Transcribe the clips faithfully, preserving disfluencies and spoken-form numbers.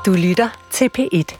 Du lytter til P et.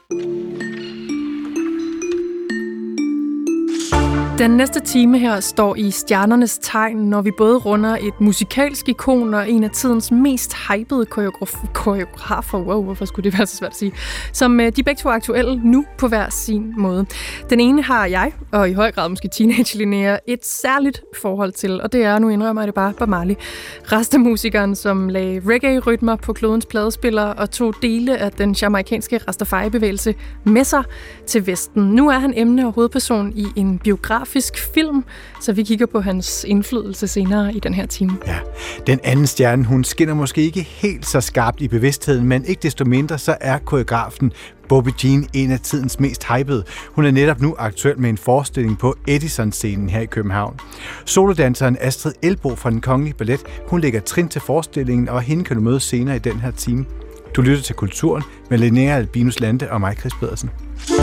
Den næste time her står i stjernernes tegn, når vi både runder et musikalsk ikon og en af tidens mest hypede koreograf- koreografer, wow, hvorfor skulle det være så svært at sige, som de begge to er aktuelle nu på hver sin måde. Den ene har jeg, og i høj grad måske teenage Linnea, et særligt forhold til, og det er, nu indrømmer jeg det bare, Bob Marley. Rastamusikeren, som lagde reggae-rytmer på klodens pladespiller og tog dele af den jamaikanske Rastafari-bevægelse med sig til Vesten. Nu er han emne og hovedperson i en biograf film, så vi kigger på hans indflydelse senere i den her time. Ja, den anden stjerne, hun skinner måske ikke helt så skarpt i bevidstheden, men ikke desto mindre, så er koreografen Bobby Jean en af tidens mest hypede. Hun er netop nu aktuel med en forestilling på Edison-scenen her i København. Solodanseren Astrid Elbo fra Den Kongelige Ballet, hun lægger trin til forestillingen, og hende kan du møde senere i den her time. Du lytter til Kulturen med Linnea Albinus Lande og mig, Chris Pedersen.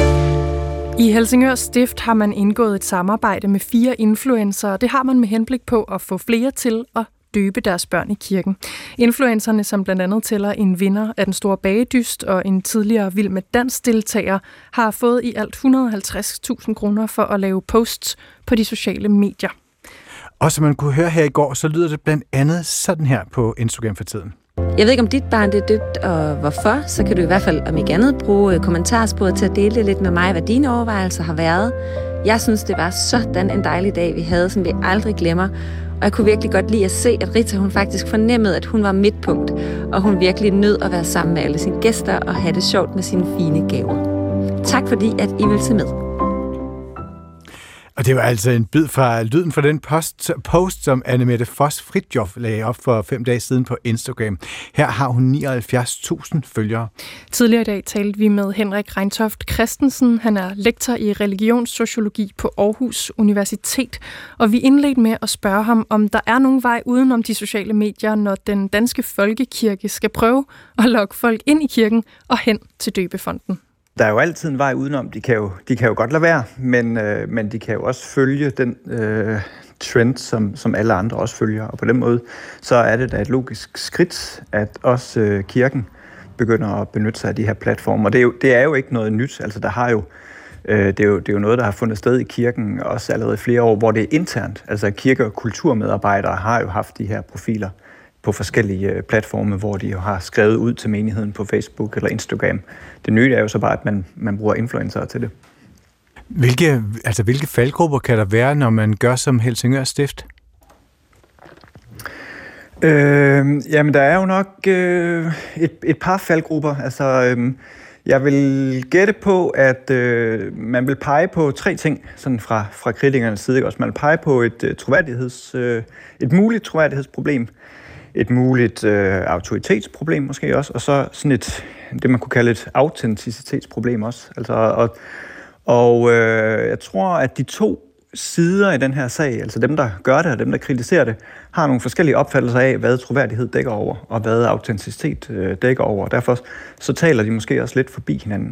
I Helsingør Stift har man indgået et samarbejde med fire influencer. Det har man med henblik på at få flere til at døbe deres børn i kirken. Influencerne, som blandt andet tæller en vinder af den store bagedyst og en tidligere Vild med Dans-deltager, har fået i alt et hundrede og halvtreds tusind kroner for at lave posts på de sociale medier. Og som man kunne høre her i går, så lyder det blandt andet sådan her på Instagram for tiden. Jeg ved ikke, om dit barn det er døbt, og hvorfor, så kan du i hvert fald, om ikke andet, bruge kommentarsporet til at dele lidt med mig, hvad dine overvejelser har været. Jeg synes, det var sådan en dejlig dag, vi havde, som vi aldrig glemmer. Og jeg kunne virkelig godt lide at se, at Rita hun faktisk fornemmede, at hun var midtpunkt, og hun virkelig nød at være sammen med alle sine gæster og have det sjovt med sine fine gaver. Tak fordi, at I vil se med. Og det var altså en bid fra lyden fra den post, post som Annemette Foss Fridtjof lagde op for fem dage siden på Instagram. Her har hun nioghalvfjerds tusind følgere. Tidligere i dag talte vi med Henrik Reintoft Christensen. Han er lektor i religionssociologi på Aarhus Universitet. Og vi indledte med at spørge ham, om der er nogen vej udenom de sociale medier, når den danske folkekirke skal prøve at lokke folk ind i kirken og hen til døbefonden. Der er jo altid en vej udenom. De kan jo, de kan jo godt lade være, men, øh, men de kan jo også følge den øh, trend, som, som alle andre også følger. Og på den måde, så er det da et logisk skridt, at også øh, kirken begynder at benytte sig af de her platformer. Og det er jo, det er jo ikke noget nyt. Altså, der har jo, øh, det, er jo, det er jo noget, der har fundet sted i kirken også allerede i flere år, hvor det er internt. Altså, kirke- og kulturmedarbejdere har jo haft de her profiler på forskellige platforme, hvor de jo har skrevet ud til menigheden på Facebook eller Instagram. Det nye er jo så bare, at man, man bruger influencer til det. Hvilke, altså, hvilke faldgrupper kan der være, når man gør som Helsingør Stift? Øh, jamen, der er jo nok øh, et, et par faldgrupper. Altså, øh, jeg vil gætte på, at øh, man vil pege på tre ting sådan fra, fra kritikernes side. Også. Man vil pege på et, uh, troværdigheds, øh, et muligt troværdighedsproblem, et muligt øh, autoritetsproblem måske også, og så sådan et, det man kunne kalde et autenticitetsproblem også. Altså, og og øh, jeg tror, at de to sider i den her sag, altså dem, der gør det og dem, der kritiserer det, har nogle forskellige opfattelser af, hvad troværdighed dækker over, og hvad autenticitet øh, dækker over. Og derfor så taler de måske også lidt forbi hinanden.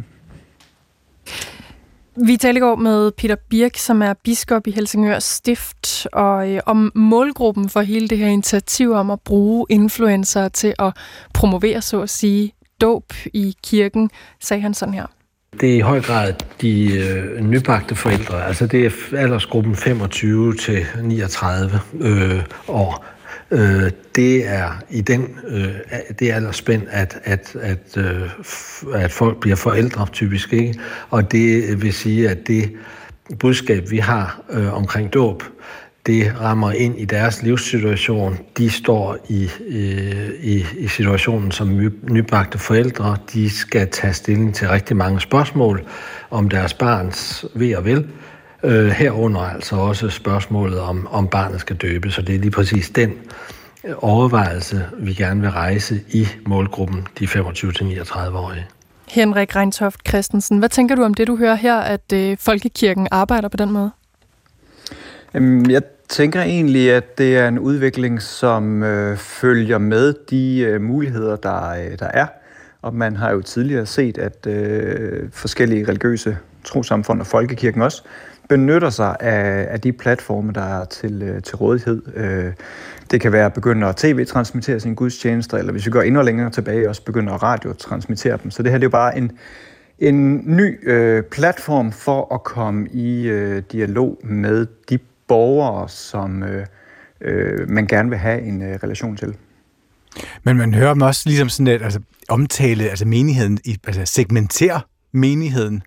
Vi talte i går med Peter Birk, som er biskop i Helsingør Stift, og øh, om målgruppen for hele det her initiativ om at bruge influencer til at promovere, så at sige, dåb i kirken, sagde han sådan her. Det er i høj grad de øh, nybagte forældre, altså det er aldersgruppen femogtyve til niogtredive øh, år. Øh, det er i den øh, det aldersspænd, at, at, at, øh, at folk bliver forældre typisk, ikke? Og det vil sige, at det budskab, vi har øh, omkring dåb, det rammer ind i deres livssituation. De står i, i, i situationen som nybagte forældre. De skal tage stilling til rigtig mange spørgsmål om deres barns ve og vel. Øh, herunder altså også spørgsmålet om, om barnet skal døbes. Så det er lige præcis den overvejelse, vi gerne vil rejse i målgruppen, de femogtyve til niogtredive-årige. Henrik Reintoft Christensen, hvad tænker du om det, du hører her, at øh, folkekirken arbejder på den måde? Jamen, jeg tænker egentlig, at det er en udvikling, som øh, følger med de øh, muligheder, der, øh, der er. Og man har jo tidligere set, at øh, forskellige religiøse trossamfund og folkekirken også benytter sig af, af de platforme, der er til, til rådighed. Det kan være at begynde at tv-transmittere sine gudstjenester, eller hvis vi går endnu længere tilbage, også begynder at radiotransmittere dem. Så det her det er jo bare en, en ny øh, platform for at komme i øh, dialog med de borgere, som øh, øh, man gerne vil have en øh, relation til. Men man hører dem også ligesom sådan et, altså, omtale altså menigheden, altså segmentere menigheden.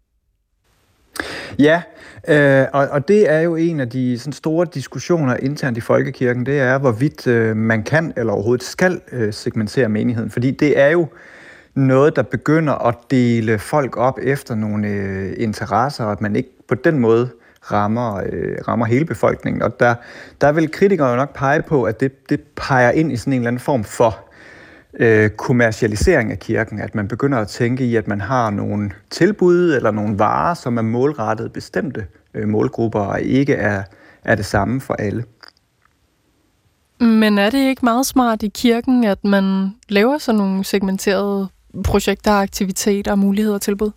Ja, øh, og, og det er jo en af de sådan store diskussioner internt i folkekirken, det er, hvorvidt øh, man kan eller overhovedet skal øh, segmentere menigheden. Fordi det er jo noget, der begynder at dele folk op efter nogle øh, interesser, og at man ikke på den måde rammer, øh, rammer hele befolkningen. Og der, der vil kritikere jo nok pege på, at det, det peger ind i sådan en eller anden form for øh, kommercialisering af kirken. At man begynder at tænke i, at man har nogle tilbud eller nogle varer, som er målrettet bestemte øh, målgrupper, og ikke er, er det samme for alle. Men er det ikke meget smart i kirken, at man laver sådan nogle segmenterede projekter, aktiviteter, muligheder og tilbud?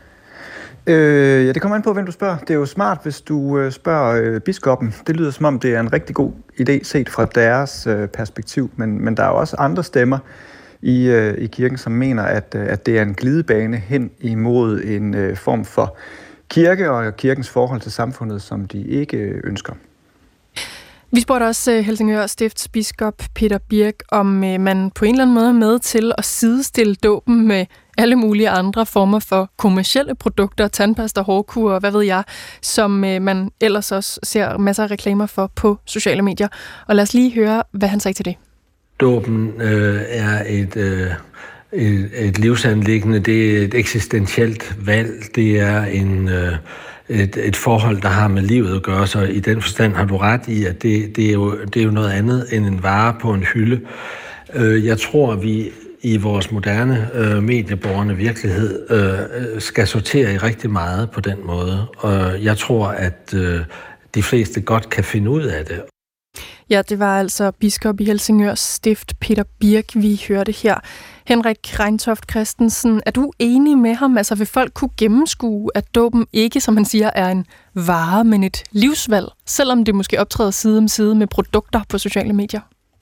Øh, ja, det kommer an på, hvem du spørger. Det er jo smart, hvis du øh, spørger øh, biskoppen. Det lyder som om, det er en rigtig god idé set fra deres øh, perspektiv, men, men der er jo også andre stemmer i, øh, i kirken, som mener, at, øh, at det er en glidebane hen imod en øh, form for kirke og kirkens forhold til samfundet, som de ikke øh, ønsker. Vi spurgte også Helsingør stiftsbiskop Peter Birch, om man på en eller anden måde er med til at sidestille dåben med alle mulige andre former for kommercielle produkter, tandpasta, hårkur og hvad ved jeg, som man ellers også ser masser af reklamer for på sociale medier. Og lad os lige høre, hvad han sagde til det. Dåben øh, er et, øh, et, et livsanliggende, det er et eksistentielt valg, det er en... Øh, Et, et forhold, der har med livet at gøre, så i den forstand har du ret i, at det, det, er, jo, det er jo noget andet end en vare på en hylde. Jeg tror, at vi i vores moderne øh, medieborgerne virkelighed øh, skal sortere i rigtig meget på den måde, og jeg tror, at øh, de fleste godt kan finde ud af det. Ja, det var altså biskop i Helsingør Stift, Peter Birch, vi hørte her. Henrik Reintoft Christensen, er du enig med ham? Altså vil folk kunne gennemskue, at dåben ikke, som han siger, er en vare, men et livsvalg, selvom det måske optræder side om side med produkter på sociale medier?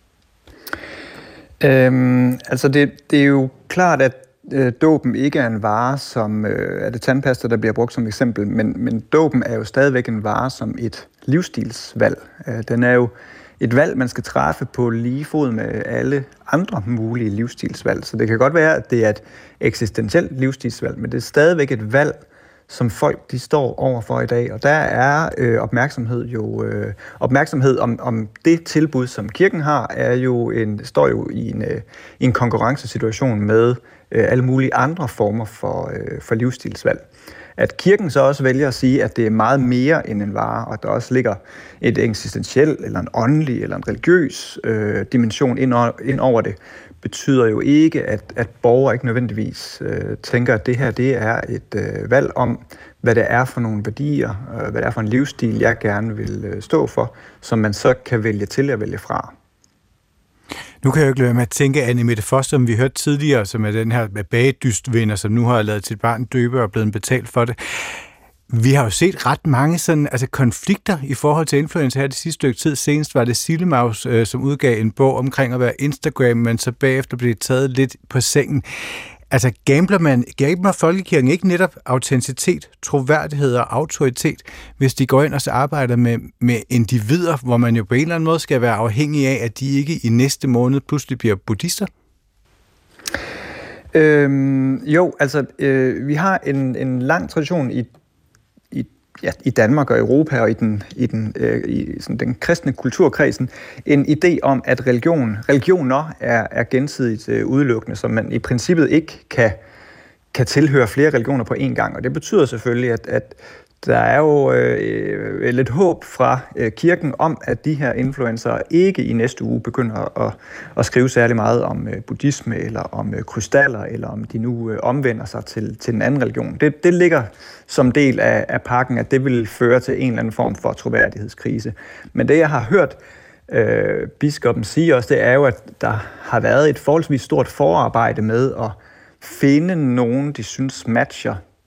Øhm, altså det, det er jo klart, at øh, dåben ikke er en vare, som øh, er det tandpasta, der bliver brugt som eksempel, men, men dåben er jo stadigvæk en vare som et livsstilsvalg. Øh, den er jo et valg, man skal træffe på lige fod med alle andre mulige livsstilsvalg. Så det kan godt være, at det er et eksistentielt livsstilsvalg, men det er stadigvæk et valg, som folk de står overfor i dag. Og der er øh, opmærksomhed jo øh, opmærksomhed om, om det tilbud, som kirken har, er jo en, står jo i en, øh, i en konkurrencesituation med øh, alle mulige andre former for, øh, for livsstilsvalg. At kirken så også vælger at sige, at det er meget mere end en vare, og at der også ligger et eksistentielt, eller en åndelig, eller en religiøs øh, dimension ind over, ind over det, betyder jo ikke, at, at borgere ikke nødvendigvis øh, tænker, at det her det er et øh, valg om, hvad det er for nogle værdier, øh, hvad det er for en livsstil, jeg gerne vil øh, stå for, som man så kan vælge til at vælge fra. Nu kan jeg jo ikke lade med at tænke, Anne Mette Foster, som vi hørte tidligere, som er den her bagedystvinder, som nu har lavet sit barn døbe og blevet betalt for det. Vi har jo set ret mange sådan, altså konflikter i forhold til influencer her det sidste stykke tid. Senest var det Sillemaus, øh, som udgav en bog omkring at være Instagram, men så bagefter blev det taget lidt på sengen. Altså gambler man, gambler folkekirken ikke netop autenticitet, troværdighed og autoritet, hvis de går ind og så arbejder med, med individer, hvor man jo på en eller anden måde skal være afhængig af, at de ikke i næste måned pludselig bliver buddhister? Øhm, jo, altså øh, vi har en, en lang tradition i, i, ja, i Danmark og Europa og i den, i den, øh, i sådan den kristne kulturkredsen en idé om, at religion, religioner er, er gensidigt øh, udelukkende, som man i princippet ikke kan, kan tilhøre flere religioner på én gang. Og det betyder selvfølgelig, at, at der er jo øh, lidt håb fra øh, kirken om, at de her influencer ikke i næste uge begynder at, at skrive særlig meget om øh, buddhisme, eller om øh, krystaller, eller om de nu øh, omvender sig til, til en anden religion. Det, det ligger som del af, af pakken, at det vil føre til en eller anden form for troværdighedskrise. Men det, jeg har hørt øh, biskoppen sige også, det er jo, at der har været et forholdsvis stort forarbejde med at finde nogen, de synes matcher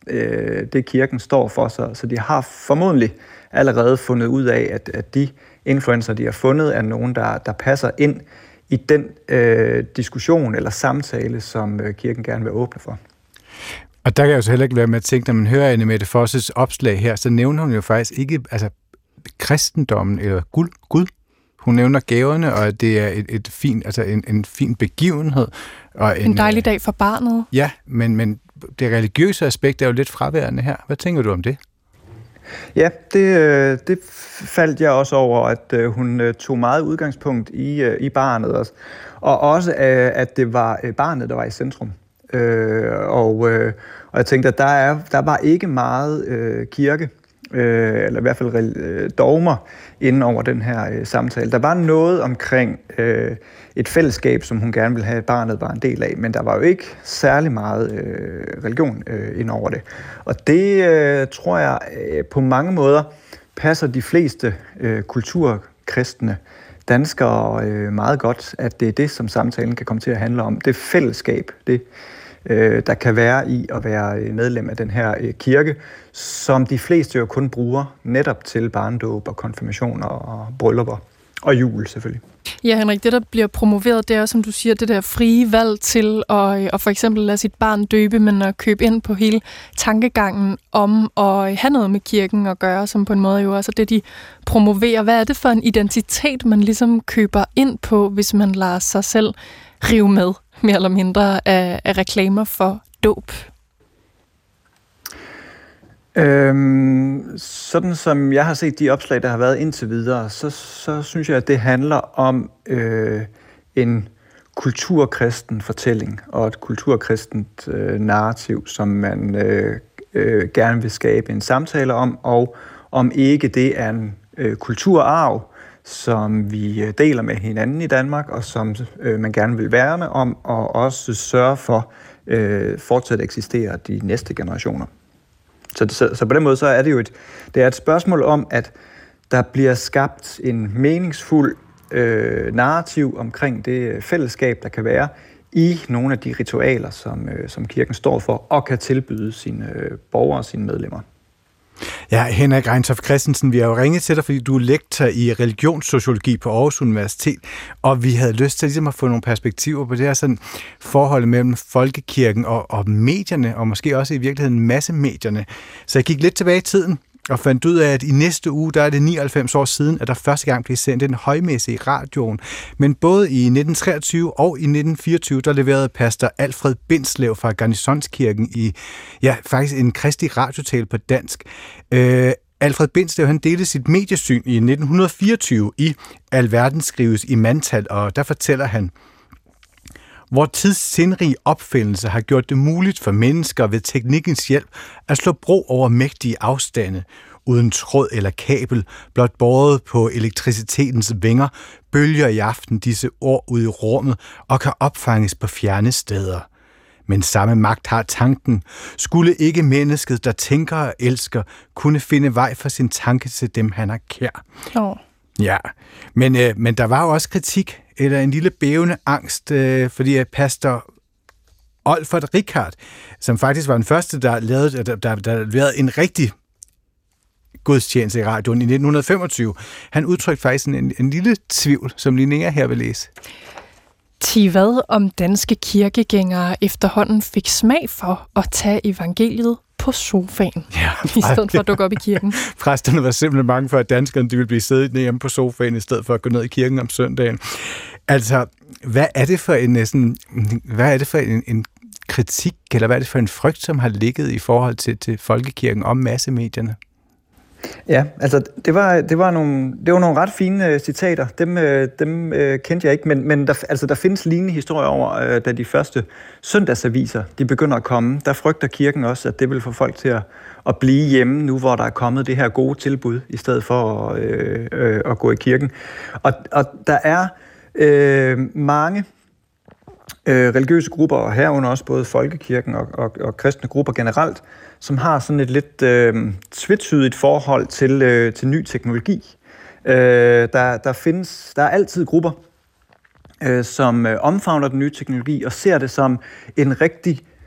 øh, det kirken står for. Så, så de har formodentlig allerede fundet ud af, at, at de influencer, de har fundet, er nogen, der, der passer ind i den øh, diskussion eller samtale, som øh, kirken gerne vil åbne for. Og der kan jeg jo så heller ikke være med at tænke, når man hører Anne Mette Fosses opslag her, så nævner hun jo faktisk ikke altså, kristendommen eller Gud. Gud. Hun nævner gaverne, og det er et, et fin, altså en, en fin begivenhed. Og en, en dejlig dag for barnet. Ja, men, men det religiøse aspekt er jo lidt fraværende her. Hvad tænker du om det? Ja, det, det faldt jeg også over, at hun tog meget udgangspunkt i, i barnet også. Og også, at det var barnet, der var i centrum. Og, og jeg tænkte, at der, er, der var ikke meget kirke, eller i hvert fald dogmer, inden over den her samtale. Der var noget omkring et fællesskab, som hun gerne ville have, at barnet var en del af, men der var jo ikke særlig meget religion inden over det. Og det tror jeg på mange måder passer de fleste kulturkristne danskere meget godt, at det er det, som samtalen kan komme til at handle om. Det fællesskab, det der kan være i at være medlem af den her kirke, som de fleste jo kun bruger netop til barndåb og konfirmationer og bryllupper og jul selvfølgelig. Ja, Henrik, det der bliver promoveret, det er, som du siger, det der frie valg til at, at for eksempel lade sit barn døbe, men at købe ind på hele tankegangen om at have noget med kirken at gøre, som på en måde jo også det, de promoverer. Hvad er det for en identitet, man ligesom køber ind på, hvis man lader sig selv rive med, mere eller mindre, af, af reklamer for dåb? Øhm, sådan som jeg har set de opslag, der har været indtil videre, så, så synes jeg, at det handler om øh, en kulturkristen fortælling og et kulturkristent øh, narrativ, som man øh, øh, gerne vil skabe en samtale om, og om ikke det er en øh, kulturarv, som vi deler med hinanden i Danmark, og som øh, man gerne vil værne om, og også sørge for øh, fortsat eksisterer de næste generationer. Så, så, så på den måde så er det jo et, det er et spørgsmål om, at der bliver skabt en meningsfuld øh, narrativ omkring det fællesskab, der kan være i nogle af de ritualer, som, øh, som kirken står for, og kan tilbyde sine øh, borgere og sine medlemmer. Ja, Henrik Reintoft Christensen, vi har jo ringet til dig, fordi du er lektor i religionssociologi på Aarhus Universitet, og vi havde lyst til ligesom at få nogle perspektiver på det her sådan forhold mellem folkekirken og, og medierne, og måske også i virkeligheden massemedierne. Så jeg gik lidt tilbage i tiden og fandt ud af, at i næste uge, der er det nioghalvfems år siden, at der første gang blev sendt en højmesse i radioen. Men både i nitten treogtyve og i nitten fireogtyve, der leverede pastor Alfred Bindslev fra Garnisonskirken i, ja, faktisk en kristig radiotale på dansk. Øh, Alfred Bindslev, han delte sit mediesyn i nitten fireogtyve i Alverden skrives i mandtal, og der fortæller han: Vor tids sindrige opfindelse har gjort det muligt for mennesker ved teknikkens hjælp at slå bro over mægtige afstande. Uden tråd eller kabel, blot båret på elektricitetens vinger, bølger i aften disse ord ud i rummet og kan opfanges på fjerne steder. Men samme magt har tanken. Skulle ikke mennesket, der tænker og elsker, kunne finde vej for sin tanke til dem, han er kær? Oh. Ja, men, øh, men der var jo også kritik, eller en lille bævende angst, øh, fordi pastor Olfert Richard, som faktisk var den første, der lavede, der, der, der lavede en rigtig gudstjeneste i radioen i nitten femogtyve, han udtrykte faktisk en, en lille tvivl, som Linnea her vil læse. Til hvad om danske kirkegængere efterhånden fik smag for at tage evangeliet på sofaen, ja, i stedet for at dukke op i kirken. Præsterne var simpelthen bange for, at danskerne de ville blive siddende hjemme på sofaen, i stedet for at gå ned i kirken om søndagen. Altså, hvad er det for en, sådan, hvad er det for en, en kritik, eller hvad er det for en frygt, som har ligget i forhold til, til folkekirken om massemedierne? Ja, altså det var, det var, nogle, det var nogle ret fine uh, citater. Dem, uh, dem uh, kendte jeg ikke, men, men der, altså, der findes lignende historier over, uh, da de første søndagsaviser de begynder at komme. Der frygter kirken også, at det vil få folk til at, at blive hjemme, nu hvor der er kommet det her gode tilbud, i stedet for at, uh, uh, at gå i kirken. Og, og der er uh, mange uh, religiøse grupper, og herunder også både folkekirken og, og, og kristne grupper generelt, som har sådan et lidt øh, tvetydigt forhold til, øh, til ny teknologi. Øh, der, der findes, der er altid grupper, øh, som øh, omfavner den nye teknologi og ser det som en rigtig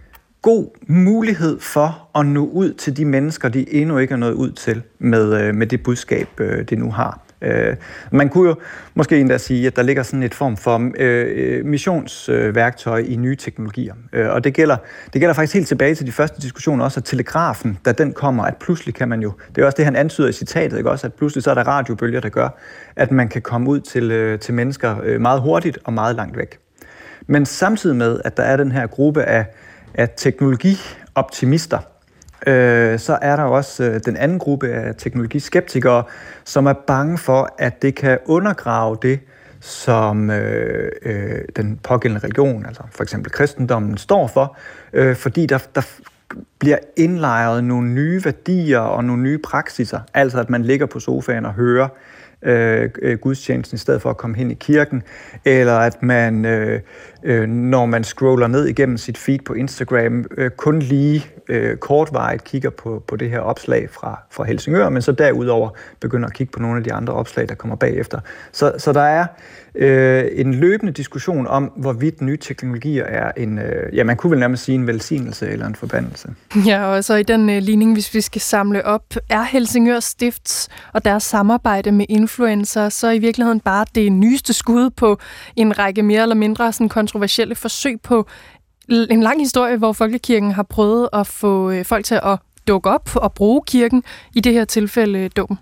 god mulighed for at nå ud til de mennesker, de endnu ikke er nået ud til med, med det budskab, de nu har. Man kunne jo måske endda sige, at der ligger sådan et form for øh, missionsværktøj i nye teknologier. Og det gælder, det gælder faktisk helt tilbage til de første diskussioner også, at telegrafen, da den kommer, at pludselig kan man jo, det er også det, han antyder i citatet, ikke også, at pludselig så er der radiobølger, der gør, at man kan komme ud til, til mennesker meget hurtigt og meget langt væk. Men samtidig med, at der er den her gruppe af, af teknologioptimister, øh, så er der også øh, den anden gruppe af teknologiskeptikere, som er bange for, at det kan undergrave det, som øh, øh, den pågældende religion, altså for eksempel kristendommen, står for, øh, fordi der, der bliver indlejret nogle nye værdier og nogle nye praksiser, altså at man ligger på sofaen og hører øh, gudstjenesten i stedet for at komme hen i kirken, eller at man, øh, øh, når man scroller ned igennem sit feed på Instagram, øh, kun lige øh, kortvarigt kigger på, på det her opslag fra, fra Helsingør, men så derudover begynder at kigge på nogle af de andre opslag, der kommer bagefter. Så, så der er øh, en løbende diskussion om, hvorvidt nye teknologier er en, øh, ja, man kunne vel nærmest sige en velsignelse eller en forbandelse. Ja, og så i den øh, ligning, hvis vi skal samle op, er Helsingør Stifts og deres samarbejde med influencer så i virkeligheden bare det nyeste skud på en række mere eller mindre sådan kontroversielle forsøg på en lang historie, hvor Folkekirken har prøvet at få øh, folk til at dukke op og bruge kirken, i det her tilfælde dåben?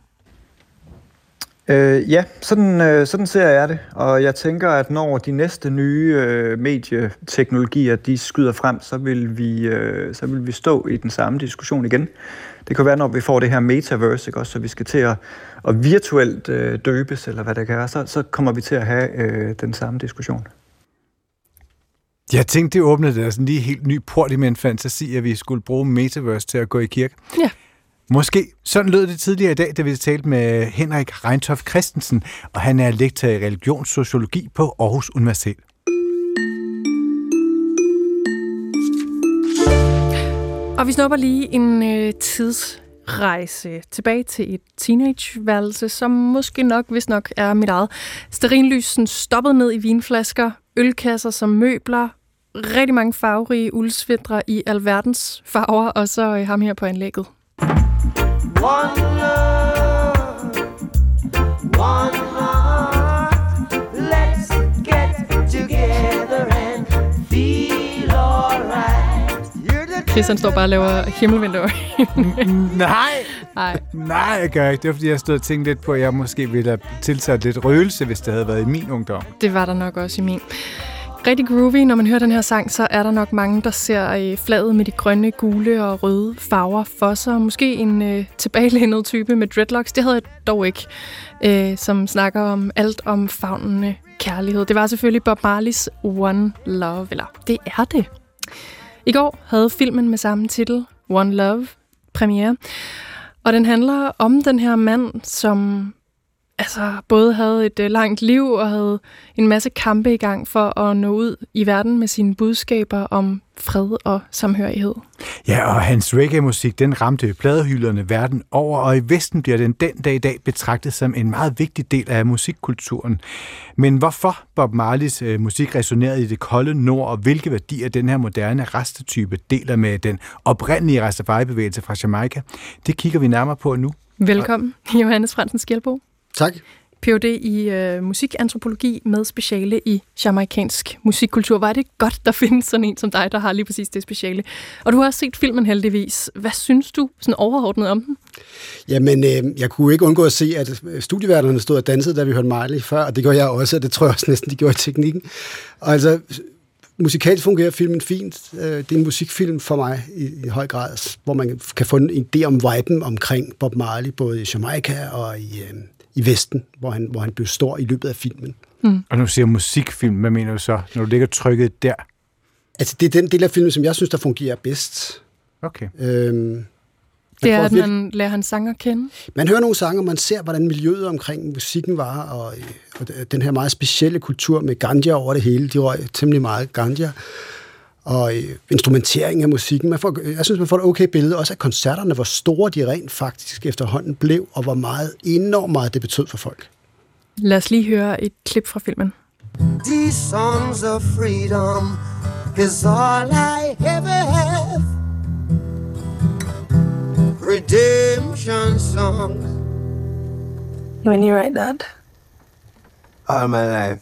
Øh, ja, sådan, øh, sådan ser jeg det, og jeg tænker, at når de næste nye øh, medieteknologier, de skyder frem, så vil, vi, øh, så vil vi stå i den samme diskussion igen. Det kan være, når vi får det her metaverse, ikke også, så vi skal til at, at virtuelt øh, døbes, eller hvad det kan være, så, så kommer vi til at have øh, den samme diskussion. Jeg tænkte, det åbnede der sådan lige helt ny port i min fantasi, at vi skulle bruge metaverse til at gå i kirke. Ja. Måske. Sådan lød det tidligere i dag, da vi talte med Henrik Reintoft Christensen, og han er lektor i religionssociologi på Aarhus Universitet. Og vi snupper lige en øh, tidsrejse tilbage til et teenageværelse, som måske nok, hvis nok, er mit eget. Stearinlysen stoppet ned i vinflasker, ølkasser som møbler, rigtig mange farverige uldsvitre i alverdens farver, og så øh, ham her på anlægget. One love, one heart, let's get together and feel alright. Christian står bare og laver himmelvinduer. Nej! Nej. Nej, jeg gør ikke. Det var, fordi jeg stod og tænkte lidt på, at jeg måske ville have tilsat lidt røgelse, hvis det havde været i min ungdom. Det var der nok også i min. Rigtig groovy. Når man hører den her sang, så er der nok mange, der ser flaget med de grønne, gule og røde farver for sig. Måske en øh, tilbagelænet type med dreadlocks. Det havde jeg dog ikke, øh, som snakker om alt om favnende kærlighed. Det var selvfølgelig Bob Marleys One Love, eller det er det. I går havde filmen med samme titel, One Love, premiere. Og den handler om den her mand, som altså både havde et øh, langt liv og havde en masse kampe i gang for at nå ud i verden med sine budskaber om fred og samhørighed. Ja, og hans reggae-musik, den ramte pladehylderne verden over, og i Vesten bliver den den dag i dag betragtet som en meget vigtig del af musikkulturen. Men hvorfor Bob Marleys øh, musik resonerede i det kolde nord, og hvilke værdier den her moderne rastetype deler med den oprindelige Rastafari-bevægelse fra Jamaica, det kigger vi nærmere på nu. Velkommen, Johannes Fransen Skjelbo. Tak. P H D i øh, musikantropologi med speciale i jamaikansk musikkultur. Var det godt, der findes sådan en som dig, der har lige præcis det speciale? Og du har også set filmen heldigvis. Hvad synes du sådan overordnet om den? Jamen, øh, jeg kunne ikke undgå at se, at studieværterne stod og dansede, da vi hørte Marley før, og det gjorde jeg også, og det tror jeg også næsten, de gjorde i teknikken. Og altså, musikalt fungerer filmen fint. Det er en musikfilm for mig i, i høj grad, hvor man kan få en idé om viben omkring Bob Marley, både i Jamaica og i... Øh, i Vesten, hvor han, hvor han blev stor i løbet af filmen. Mm. Og nu siger musikfilm, hvad mener du så, når du ligger trykket der? Altså, det er den del af filmen, som jeg synes, der fungerer bedst. Okay. Øhm, det er, at man lærer hans sanger at kende? Man hører nogle sange, og man ser, hvordan miljøet omkring musikken var, og, og den her meget specielle kultur med ganja over det hele. De røg temmelig meget ganja. Og øh, instrumentering af musikken. Man får, jeg synes, man får et okay billede også af koncerterne, hvor store de rent faktisk efterhånden blev, og hvor meget, enormt meget det betød for folk. Lad os lige høre et klip fra filmen. These songs of freedom is all I ever have. redemption songs. When you write that? All my life.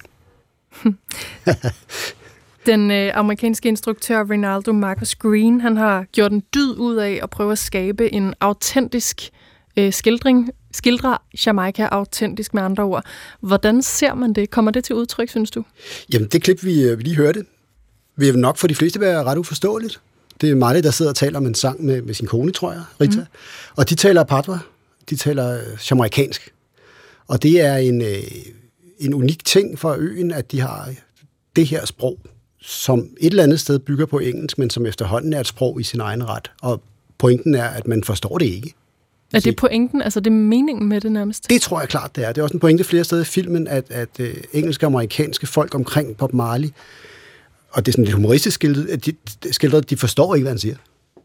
Den øh, amerikanske instruktør Reynaldo Marcus Green, han har gjort en dyd ud af at prøve at skabe en autentisk øh, skildring, skildre Jamaica autentisk med andre ord. Hvordan ser man det? Kommer det til udtryk, synes du? Jamen, det klip, vi, vi lige hørte, vil nok for de fleste være ret uforståeligt. Det er Marley, der sidder og taler om en sang med, med sin kone, tror jeg, Rita. Mm. Og de taler patois, de taler jamaikansk. Og det er en, øh, en unik ting for øen, at de har det her sprog, som et eller andet sted bygger på engelsk, men som efterhånden er et sprog i sin egen ret. Og pointen er, at man forstår det ikke. Er det pointen? Altså det er meningen med det nærmest? Det tror jeg klart, det er. Det er også en pointe flere steder i filmen, at, at uh, engelske og amerikanske folk omkring Bob Marley, og det er sådan lidt humoristisk skildret, at de, skildret, de forstår ikke, hvad han siger.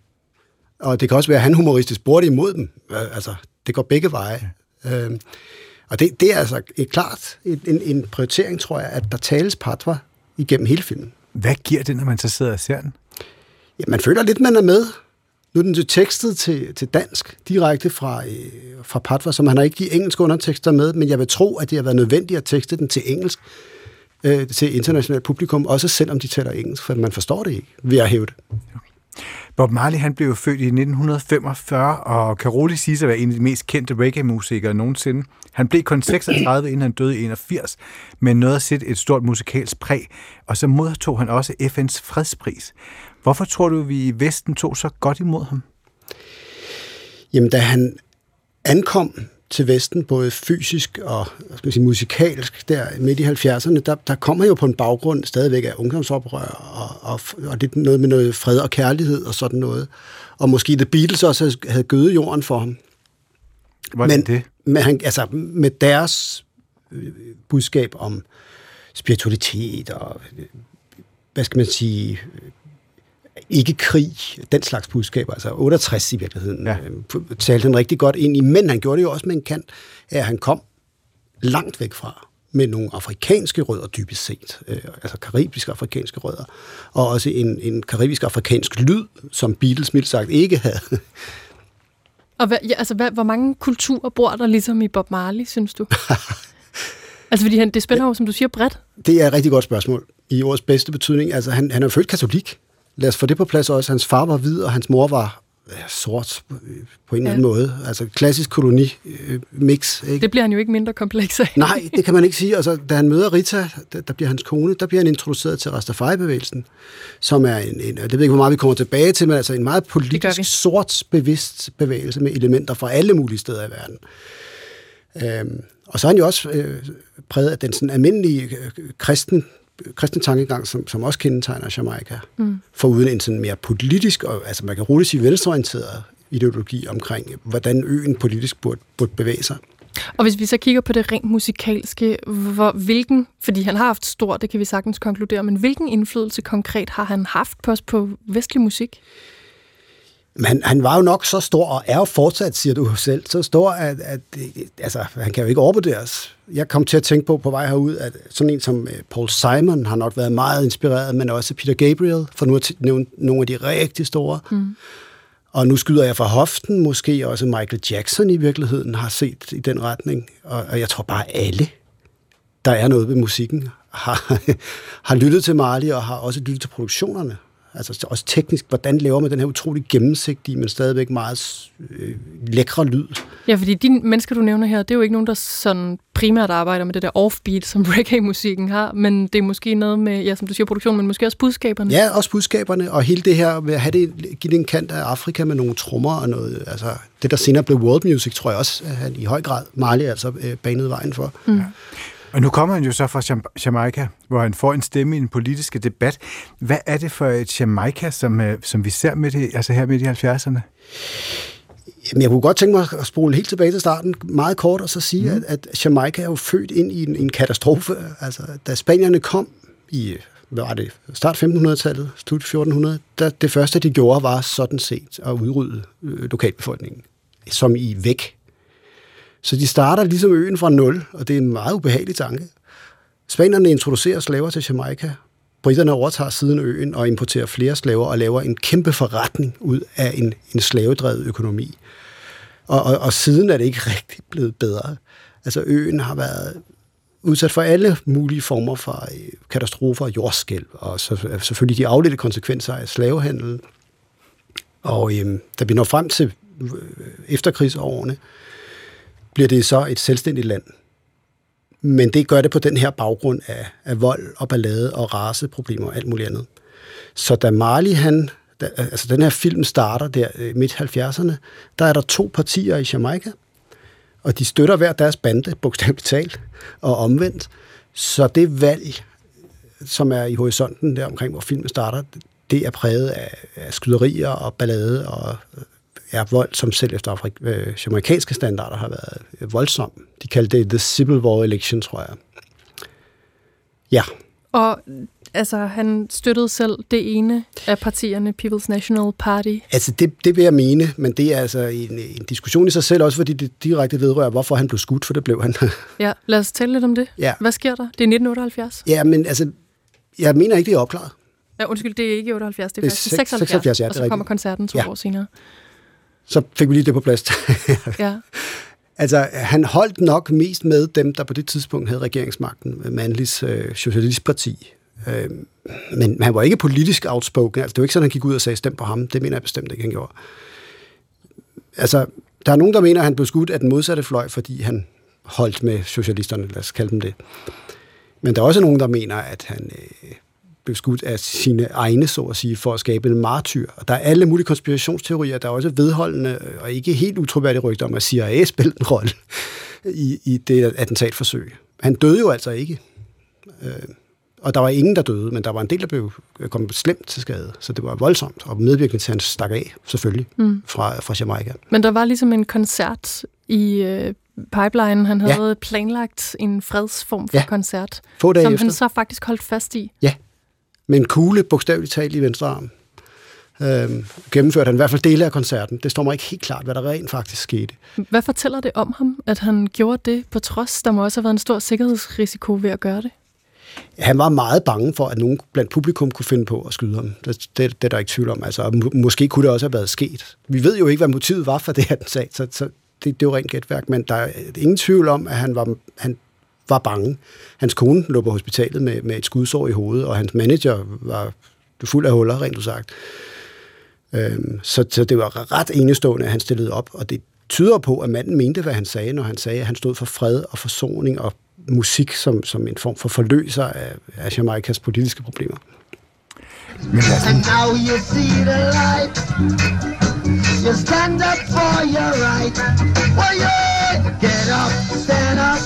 Og det kan også være, at han humoristisk bruger det imod dem. Uh, altså, det går begge veje. Uh, og det, det er altså et klart en, en, en prioritering, tror jeg, at der tales patois igennem hele filmen. Hvad giver det, når man så sidder og ser den? Ja, man føler lidt, man er med. Nu er den tekstet til, til dansk, direkte fra, øh, fra patois, så man har ikke de engelske undertekster med, men jeg vil tro, at det har været nødvendigt at tekste den til engelsk, øh, til internationalt publikum, også selvom de taler engelsk, for man forstår det ikke ved at hæve det. Bob Marley, han blev født i nitten femogfyrre, og kan roligt sige sig at være en af de mest kendte reggae-musikere nogensinde. Han blev kun seksogtredive, inden han døde i enogfirs, men nåede at sætte et stort musikalsk præg, og så modtog han også F N's fredspris. Hvorfor tror du, vi i Vesten tog så godt imod ham? Jamen, da han ankom til Vesten, både fysisk og skal man sige, musikalsk, der midt i halvfjerdserne, der, der kom han jo på en baggrund stadigvæk af ungdomsoprør, og, og, og det noget med noget fred og kærlighed og sådan noget. Og måske The Beatles også havde gødet jorden for ham. Hvordan men, det? Men han, altså, med deres øh, budskab om spiritualitet og, øh, hvad skal man sige, ikke krig, den slags budskaber, altså otteogtres i virkeligheden, ja. øh, talte han rigtig godt ind i, men han gjorde det jo også med en kant, at han kom langt væk fra, med nogle afrikanske rødder dybest set, øh, altså karibiske afrikanske rødder, og også en, en karibisk afrikansk lyd, som Beatles mildt sagt ikke havde. Og hvad, ja, altså, hvad, hvor mange kulturer bor der ligesom i Bob Marley, synes du? Altså, fordi han, det spænder jo, som du siger, bredt. Det er et rigtig godt spørgsmål, i ordets bedste betydning. Altså, han, han er født katolik. Lad os få det på plads også. Hans far var hvid, og hans mor var ja, sort på en eller anden ja. måde. Altså, klassisk koloni-mix. Ikke? Det bliver han jo ikke mindre kompleks af. Nej, det kan man ikke sige. Altså, da han møder Rita, der, der bliver hans kone, der bliver han introduceret til Rastafari-bevægelsen, som er en, en, det ved ikke, hvor meget vi kommer tilbage til, men altså en meget politisk, sort bevidst bevægelse med elementer fra alle mulige steder i verden. Øhm, og så er han jo også øh, præget af den sådan almindelige øh, kristen, kristne tankegang, som, som også kendetegner Jamaica, mm. foruden en sådan mere politisk, og altså man kan roligt sige venstreorienteret ideologi omkring, hvordan øen politisk burde, burde bevæge sig. Og hvis vi så kigger på det rent musikalske, hvor, hvilken, fordi han har haft stor, det kan vi sagtens konkludere, men hvilken indflydelse konkret har han haft på os på vestlig musik? Men han var jo nok så stor, og er jo fortsat, siger du selv, så stor, at, at altså, han kan jo ikke overvurderes. Jeg kom til at tænke på på vej herud, at sådan en som Paul Simon har nok været meget inspireret, men også Peter Gabriel, for nu at nævne nogle af de rigtig store. Mm. Og nu skyder jeg fra hoften, måske også Michael Jackson i virkeligheden har set i den retning. Og, og jeg tror bare alle, der er noget ved musikken, har, har lyttet til Marley og har også lyttet til produktionerne. Altså også teknisk, hvordan laver man den her utrolig gennemsigtige, men stadigvæk meget øh, lækre lyd. Ja, fordi de mennesker, du nævner her, det er jo ikke nogen, der sådan primært arbejder med det der offbeat, som reggae-musikken har, men det er måske noget med, ja, som du siger, produktion, men måske også budskaberne. Ja, også budskaberne, og hele det her med at have det, give det en kant af Afrika med nogle trommer og noget, altså det der senere blev world music, tror jeg også, at han i høj grad Marley altså øh, banede vejen for. Mm. Ja. Og nu kommer han jo så fra Jamaica, hvor han får en stemme i en politiske debat. Hvad er det for et Jamaica, som, som vi ser midt i, altså her midt i halvfjerdserne? Jamen, jeg kunne godt tænke mig at spole helt tilbage til starten, meget kort, og så sige, mm. at, at Jamaica er jo født ind i en, en katastrofe. Altså, da spanierne kom i, hvad var det, start femtenhundredetallet, slut fjorten hundrede, der det første, de gjorde, var sådan set at udrydde øh, lokalbefolkningen, som i væk. Så de starter ligesom øen fra nul, og det er en meget ubehagelig tanke. Spanierne introducerer slaver til Jamaica. Briterne overtager siden øen og importerer flere slaver og laver en kæmpe forretning ud af en, en slavedrevet økonomi. Og, og, og siden er det ikke rigtig blevet bedre. Altså øen har været udsat for alle mulige former for katastrofer og jordskælv, og så, selvfølgelig de afledte konsekvenser af slavehandel. Og øhm, da vi når frem til efterkrigsårene, bliver det så et selvstændigt land. Men det gør det på den her baggrund af, af vold og ballade og raceproblemer og alt muligt andet. Så da Marley, han, da, altså den her film starter der midt halvfjerdserne, der er der to partier i Jamaica, og de støtter hver deres bande, bogstaveligt talt, og omvendt. Så det valg, som er i horisonten der omkring, hvor filmen starter, det er præget af, af skyderier og ballade og er vold, som selv efter afrik- øh, jamaikanske standarder har været øh, voldsom. De kaldte det The Civil War Election, tror jeg. Ja. Og altså, han støttede selv det ene af partierne, People's National Party. Altså, det, det vil jeg mene, men det er altså en, en diskussion i sig selv, også fordi det direkte vedrører, hvorfor han blev skudt, for det blev han. Ja, lad os tale lidt om det. Ja. Hvad sker der? Det er nitten otteoghalvfjerds. Ja, men altså, jeg mener ikke, det er opklaret. Ja, undskyld, det er ikke otteoghalvfjerds, det er, Det er faktisk seks- seksoghalvfjerds, seksoghalvfjerds, ja, og det er så kommer rigtigt. koncerten to Ja. år senere. Så fik vi lige det på plads. Ja. Altså, han holdt nok mest med dem, der på det tidspunkt havde regeringsmagten, Manleys øh, socialistparti. Øh, men han var ikke politisk outspoken. Altså, det var ikke sådan, han gik ud og sagde, stem på ham. Det mener jeg bestemt ikke, han gjorde. Altså, der er nogen, der mener, at han blev skudt af den modsatte fløj, fordi han holdt med socialisterne, lad os kalde dem det. Men der er også nogen, der mener, at han øh, blev skudt af sine egne, så at sige, for at skabe en martyr. Og der er alle mulige konspirationsteorier. Der er også vedholdende og ikke helt utroværdige rygter om, at C I A spillede en rolle i, i det attentatforsøg. Han døde jo altså ikke. Øh, og der var ingen, der døde, men der var en del, der blev kom slemt til skade. Så det var voldsomt, og medvirkende til, at han stak af, selvfølgelig, mm. fra, fra Jamaica. Men der var ligesom en koncert i øh, pipeline. Han havde ja. planlagt en fredsform for Ja. koncert, Få dage som efter. han så faktisk holdt fast i. Ja, med en kugle, bogstaveligt talt i venstre arm. Øhm, gennemførte han i hvert fald dele af koncerten. Det står mig ikke helt klart, hvad der rent faktisk skete. Hvad fortæller det om ham, at han gjorde det på trods? Der må også have været en stor sikkerhedsrisiko ved at gøre det. Han var meget bange for, at nogen blandt publikum kunne finde på at skyde ham. Det, det, det er der ikke tvivl om. Altså, må, måske kunne det også have været sket. Vi ved jo ikke, hvad motivet var for det her sag, så, så det, det er jo rent gætværk, men der er ingen tvivl om, at han var, han var bange. Hans kone lå på hospitalet med, med et skudsår i hovedet, og hans manager var fuld af huller, rent udsagt. Øhm, så, så det var ret enestående, at han stillede op, og det tyder på, at manden mente, hvad han sagde, når han sagde, at han stod for fred og forsoning og musik som, som en form for forløser af, af Jamaicas politiske problemer. And now you see the light. You stand up for your right. Well, you get up, stand up.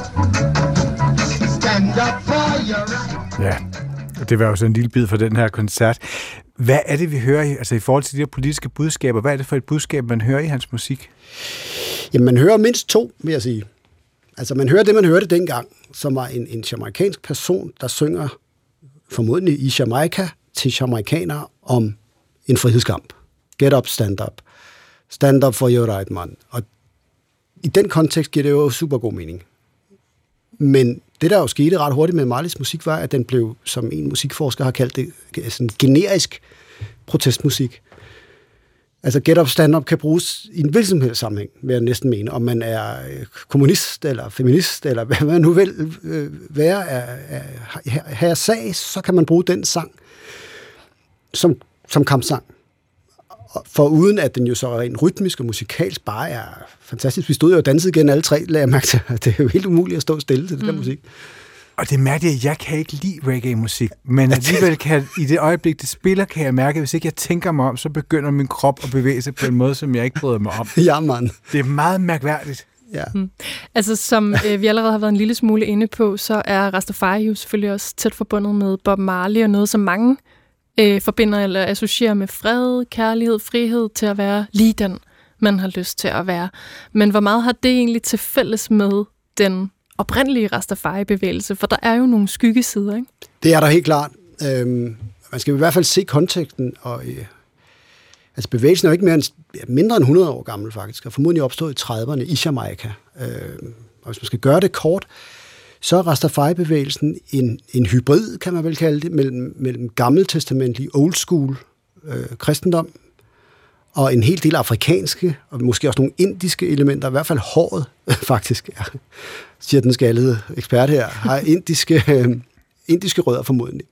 Stand up for your right. Ja, og det var jo så en lille bid fra den her koncert. Hvad er det, vi hører i, altså i forhold til de her politiske budskaber? Hvad er det for et budskab, man hører i hans musik? Jamen, man hører mindst to, vil jeg sige. Altså, man hører det, man hørte dengang, som var en, en jamaikansk person, der synger formodentlig i Jamaica til jamaikanere om en frihedskamp. Get up, stand up. Stand up for your right, man. Og i den kontekst giver det jo super god mening. Men det, der jo skete ret hurtigt med Marleys musik, var, at den blev, som en musikforsker har kaldt det, sådan generisk protestmusik. Altså Get Up, Stand Up kan bruges i en hvilken som helst sammenhæng, vil jeg næsten mene. Om man er kommunist eller feminist, eller hvad man nu vil øh, være af, af, her sag, så kan man bruge den sang som, som kampsang. For uden at den jo så rent rytmisk og musikalsk bare er fantastisk. Vi stod jo og dansede igen alle tre, lagde jeg mærke til. Det er jo helt umuligt at stå stille til det mm. der musik. Og det mærker jeg, at jeg kan ikke lide reggae-musik, men alligevel kan i det øjeblik, det spiller, kan jeg mærke, at hvis ikke jeg tænker mig om, så begynder min krop at bevæge sig på en måde, som jeg ikke bryder mig om. Ja, man. Det er meget mærkværdigt. Ja. Mm. Altså, som øh, vi allerede har været en lille smule inde på, så er Rastafari jo selvfølgelig også tæt forbundet med Bob Marley, og noget, som mange øh, forbinder eller associerer med fred, kærlighed, frihed til at være lige den, man har lyst til at være. Men hvor meget har det egentlig til fælles med den oprindelige Rastafari-bevægelse? For der er jo nogle skyggesider, ikke? Det er der helt klart. Øhm, man skal i hvert fald se konteksten, og øh, altså bevægelsen er jo ikke mere end, mindre end hundrede år gammel faktisk, og formodentlig opstået i trediverne i Jamaica. Øh, og hvis man skal gøre det kort, så er Rastafari-bevægelsen en, en hybrid, kan man vel kalde det, mellem, mellem gammeltestamentlig old school øh, kristendom og en hel del afrikanske, og måske også nogle indiske elementer, i hvert fald håret, faktisk, ja, siger den skaldede ekspert her, har indiske, øh, indiske rødder formodentlig.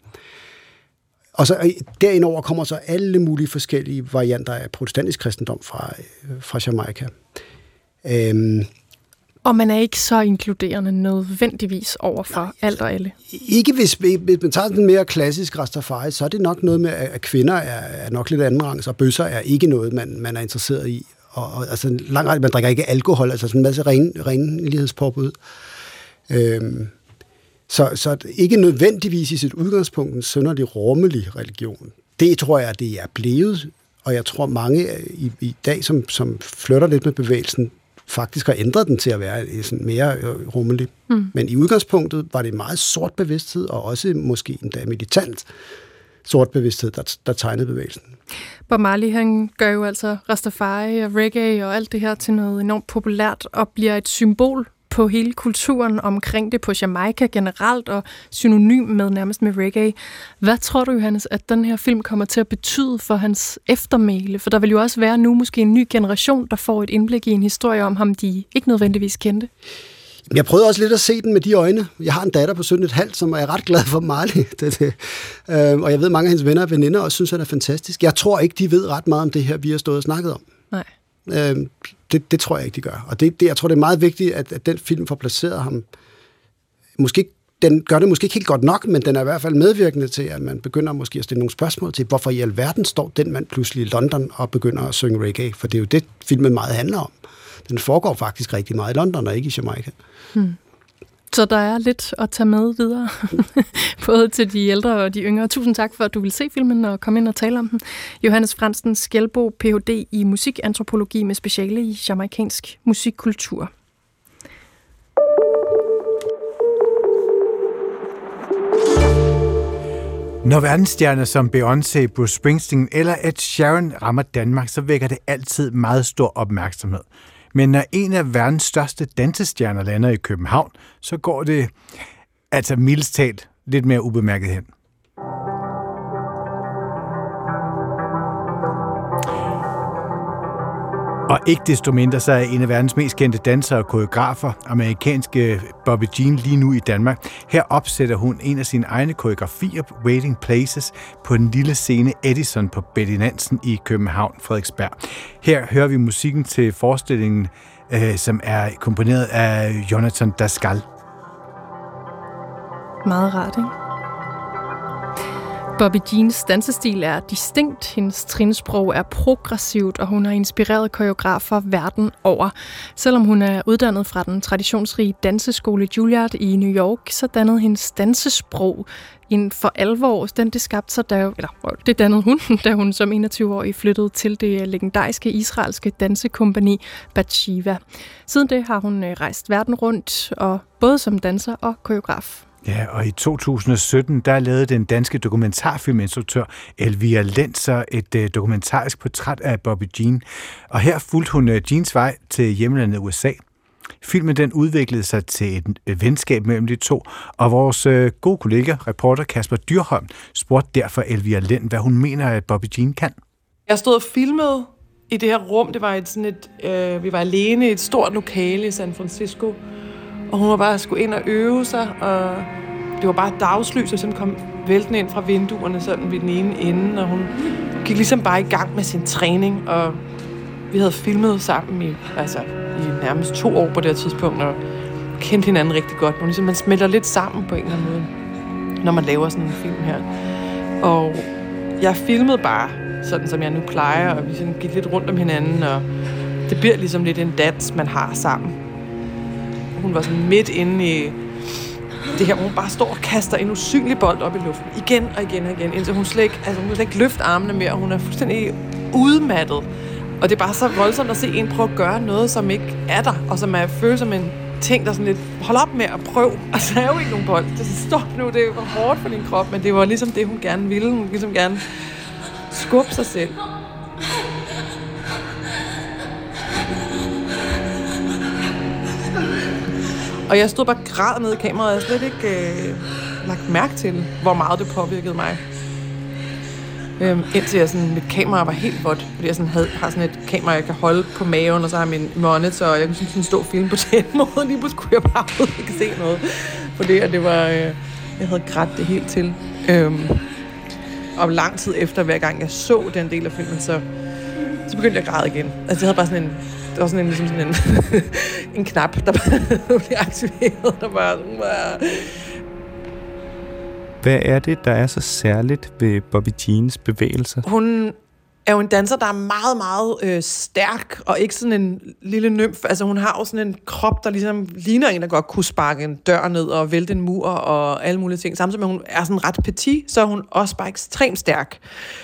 Og så derindover kommer så alle mulige forskellige varianter af protestantisk kristendom fra, fra Jamaica. Øhm, og man er ikke så inkluderende nødvendigvis over for nej, alt og alle. Ikke hvis, hvis man tager den mere klassisk Rastafari, så er det nok noget med, at kvinder er, er nok lidt andenrangs, og bøsser er ikke noget, man, man er interesseret i. Og, og altså, langt, man drikker ikke alkohol, altså sådan en masse ren, renlighedspåbud. Øhm, Så, så ikke nødvendigvis i sit udgangspunkt en synderlig rummelig religion. Det tror jeg, det er blevet, og jeg tror mange i, i dag, som, som flytter lidt med bevægelsen, faktisk har ændret den til at være sådan mere rummelig. Mm. Men i udgangspunktet var det meget sort bevidsthed, og også måske endda militant sort bevidsthed, der, der tegnede bevægelsen. Bob Marley, han gør jo altså Rastafari og reggae og alt det her til noget enormt populært, og bliver et symbol på hele kulturen omkring det på Jamaica generelt, og synonym med nærmest med reggae. Hvad tror du, Johannes, at den her film kommer til at betyde for hans eftermæle? For der vil jo også være nu måske en ny generation, der får et indblik i en historie om ham, de ikke nødvendigvis kendte. Jeg prøvede også lidt at se den med de øjne. Jeg har en datter på sytten komma fem, som er ret glad for Marley. Det, det. Øh, og jeg ved, mange af hendes venner og veninder også synes, at det er fantastisk. Jeg tror ikke, de ved ret meget om det her, vi har stået og snakket om. Nej. Øh, det, det tror jeg ikke, de gør. Og det, det, jeg tror, det er meget vigtigt, at, at den film får placeret ham. Måske, den gør det måske ikke helt godt nok, men den er i hvert fald medvirkende til, at man begynder måske at stille nogle spørgsmål til, hvorfor i alverden står den mand pludselig i London og begynder at synge reggae. For det er jo det, filmen meget handler om. Den foregår faktisk rigtig meget i London og ikke i Jamaica. Hmm. Så der er lidt at tage med videre, både til de ældre og de yngre. Tusind tak for, at du vil se filmen og komme ind og tale om den. Johannes Frantzen Skjelbo, P H D i musikantropologi med speciale i jamaikansk musikkultur. Når verdensstjerner som Beyoncé, Bruce Springsteen eller Ed Sheeran rammer Danmark, så vækker det altid meget stor opmærksomhed. Men når en af verdens største dansestjerner lander i København, så går det, altså mildest talt, lidt mere ubemærket hen. Og ikke desto mindre, så er en af verdens mest kendte dansere og koreografer, amerikanske Bobby Jean, lige nu i Danmark. Her opsætter hun en af sine egne koreografier, Waiting Places, på den lille scene Edison på Betty Nansen i København, Frederiksberg. Her hører vi musikken til forestillingen, øh, som er komponeret af Jonathan Daskal. Meget rart, ikke? Bobby Jeans dansestil er distinkt, hendes trinsprog er progressivt, og hun har inspireret koreografer verden over. Selvom hun er uddannet fra den traditionsrige danseskole Juilliard i New York, så dannede hendes dansesprog en for alvor. Den det skabte sig, da, eller, det dannede hun, da hun som enogtyve-årig flyttede til det legendariske israelske dansekompagni Batshiva. Siden det har hun rejst verden rundt, og både som danser og koreograf. Ja, og i to tusind og sytten, der lavede den danske dokumentarfilminstruktør Elvira Lenzer et uh, dokumentarisk portræt af Bobby Jean. Og her fulgte hun uh, Jeans vej til hjemlandet U S A. Filmen den udviklede sig til et, et venskab mellem de to, og vores uh, gode kollega, reporter Kasper Dyrholm, spurgte derfor Elvira Lenzer, hvad hun mener, at Bobby Jean kan. Jeg stod og filmede i det her rum. Det var et, sådan et, øh, vi var alene i et stort lokale i San Francisco. Og hun var bare skulle ind og øve sig, og det var bare dagslys, og sådan kom væltende ind fra vinduerne sådan ved den ene ende, og hun gik ligesom bare i gang med sin træning, og vi havde filmet sammen i, altså, i nærmest to år på det her tidspunkt, og kendte hinanden rigtig godt. Man, ligesom, man smelter lidt sammen på en eller anden måde, når man laver sådan en film her. Og jeg filmede bare sådan, som jeg nu plejer, og vi sådan gik lidt rundt om hinanden, og det bliver ligesom lidt en dans, man har sammen. Hun var sådan midt inde i det her, hvor hun bare står og kaster en usynlig bold op i luften. Igen og igen og igen, indtil hun slet ikke, altså hun kan slet ikke løfte armene mere, og hun er fuldstændig udmattet. Og det er bare så voldsomt at se en prøve at gøre noget, som ikke er der, og som er føles som en ting, der sådan lidt, hold op med at prøve. Altså, der er jo ikke nogen bold. Det er stop nu, det var hårdt for din krop, men det var ligesom det, hun gerne ville. Hun ville ligesom gerne skubbe sig selv. Og jeg stod bare græd ned i kameraet, og jeg slet ikke øh, lagt mærke til, hvor meget det påvirkede mig. Øhm, indtil jeg sådan, mit kamera var helt vådt, fordi jeg sådan havde, har sådan et kamera, jeg kan holde på maven, og så har min monitor, og jeg kunne sådan stå og filme på den måde, lige pludselig kunne jeg bare ikke se noget. Fordi at det var, øh, jeg havde grædt det helt til. Øhm, og lang tid efter, hver gang jeg så den del af filmen, så, så begyndte jeg at græde igen. Altså jeg havde bare sådan en, det var sådan en, ligesom sådan en, en knap, der blev aktiveret, der bare sådan var... Hvad er det, der er så særligt ved Bobby Jeans bevægelser? Hun er jo en danser, der er meget, meget øh, stærk, og ikke sådan en lille nymf. Altså hun har jo sådan en krop, der ligesom ligner en, der godt kunne sparke en dør ned og vælte en mur og alle mulige ting. Samtidig med, at hun er sådan ret petit, så er hun også bare ekstremt stærk.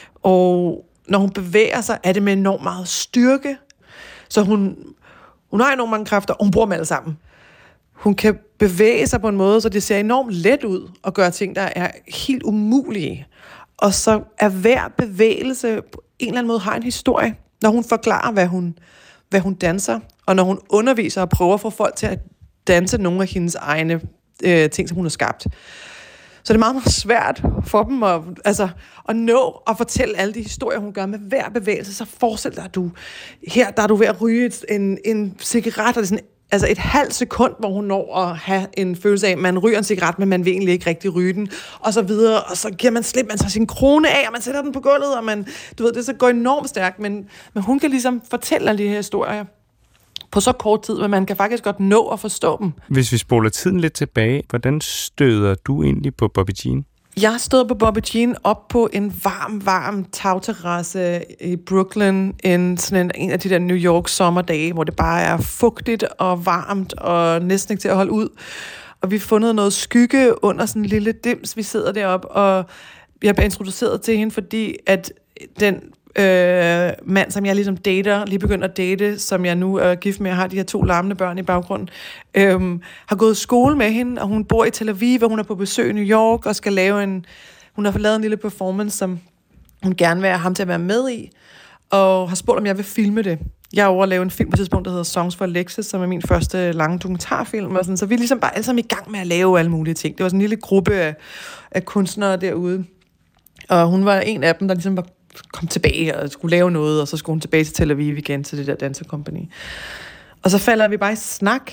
Og når hun bevæger sig, er det med enormt meget styrke. Så hun, hun har enormt mange kræfter, og hun bruger dem alle sammen. Hun kan bevæge sig på en måde, så det ser enormt let ud og gøre ting, der er helt umulige. Og så er hver bevægelse på en eller anden måde har en historie, når hun forklarer, hvad hun, hvad hun danser, og når hun underviser og prøver at få folk til at danse nogle af hendes egne øh, ting, som hun har skabt. Så det er meget, meget svært for dem at, altså, at nå at fortælle alle de historier, hun gør med hver bevægelse. Så forestil dig, at du, her der er du ved at ryge en, en cigaret, og det er sådan altså et halvt sekund, hvor hun når at have en følelse af, at man ryger en cigaret, men man vil egentlig ikke rigtig ryge den, og så videre, og så giver man slip, man tager sin krone af, og man sætter den på gulvet, og man, du ved, det så går enormt stærkt, men, men hun kan ligesom fortælle alle de her historier på så kort tid, men man kan faktisk godt nå at forstå dem. Hvis vi spoler tiden lidt tilbage, hvordan støder du egentlig på Bobby Jean? Jeg stod på Bobby Jean op på en varm, varm tagterrasse i Brooklyn, en, sådan en, en af de der New York sommerdage, hvor det bare er fugtigt og varmt og næsten ikke til at holde ud. Og vi fundet noget skygge under sådan en lille dims, vi sidder deroppe, og jeg blev introduceret til hende, fordi at den øh, mand, som jeg ligesom dater, lige begynder at date, som jeg nu er gift med, og har de her to larmende børn i baggrunden, øh, har gået i skole med hende, og hun bor i Tel Aviv, og hun er på besøg i New York, og skal lave en, hun har lavet en lille performance, som hun gerne vil have ham til at være med i, og har spurgt, om jeg vil filme det. Jeg er over at lave en film på et tidspunkt, der hedder Songs for Alexis, som er min første lange dokumentarfilm, og sådan, så vi er ligesom bare alle sammen i gang med at lave alle mulige ting. Det var sådan en lille gruppe af, af kunstnere derude, og hun var en af dem, der ligesom var kom tilbage og skulle lave noget, og så skulle hun tilbage til Tel Aviv igen til det der dansekompagni. Og så falder vi bare i snak,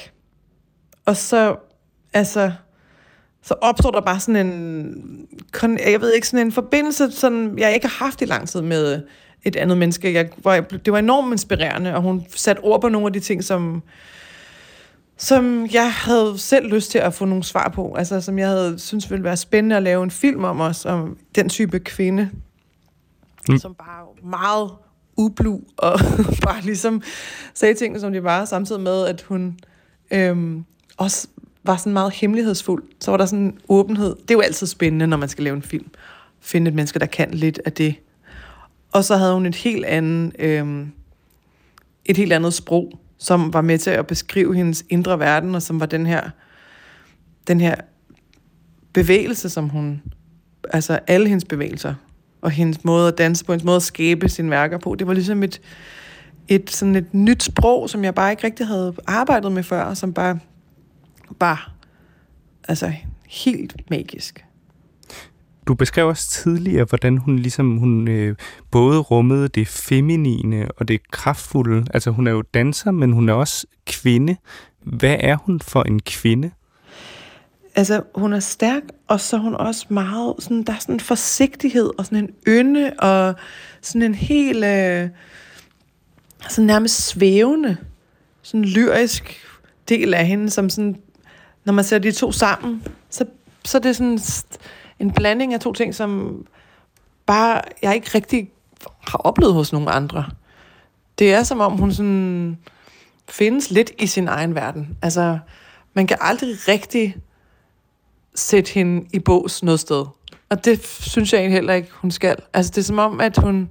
og så, altså, så opstår der bare sådan en, jeg ved ikke, sådan en forbindelse, sådan, jeg ikke har haft i lang tid med et andet menneske. Jeg var, det var enormt inspirerende, og hun satte ord på nogle af de ting, som, som jeg havde selv lyst til at få nogle svar på, altså som jeg havde synes ville være spændende at lave en film om os, om den type kvinde, Mm. som bare meget ublu og bare ligesom sagde tingene, som de var, samtidig med, at hun øhm, også var sådan meget hemmelighedsfuld. Så var der sådan en åbenhed. Det er jo altid spændende, når man skal lave en film. Finde et menneske, der kan lidt af det. Og så havde hun et helt andet, øhm, et helt andet sprog, som var med til at beskrive hendes indre verden, og som var den her, den her bevægelse, som hun, altså alle hendes bevægelser, og hendes måde at danse på, hendes måde at skabe sine værker på. Det var ligesom et, et, sådan et nyt sprog, som jeg bare ikke rigtig havde arbejdet med før, som bare var altså, helt magisk. Du beskrev også tidligere, hvordan hun ligesom hun øh, både rummede det feminine og det kraftfulde. Altså hun er jo danser, men hun er også kvinde. Hvad er hun for en kvinde? Altså, hun er stærk, og så er hun også meget, sådan, der er sådan en forsigtighed, og sådan en ynde, og sådan en helt, øh, sådan nærmest svævende, sådan lyrisk del af hende, som sådan, når man ser de to sammen, så, så er det sådan en blanding af to ting, som bare, jeg ikke rigtig har oplevet hos nogen andre. Det er som om, hun sådan findes lidt i sin egen verden. Altså, man kan aldrig rigtig sætte hende i bås noget sted. Og det synes jeg egentlig heller ikke, hun skal. Altså, det er som om, at hun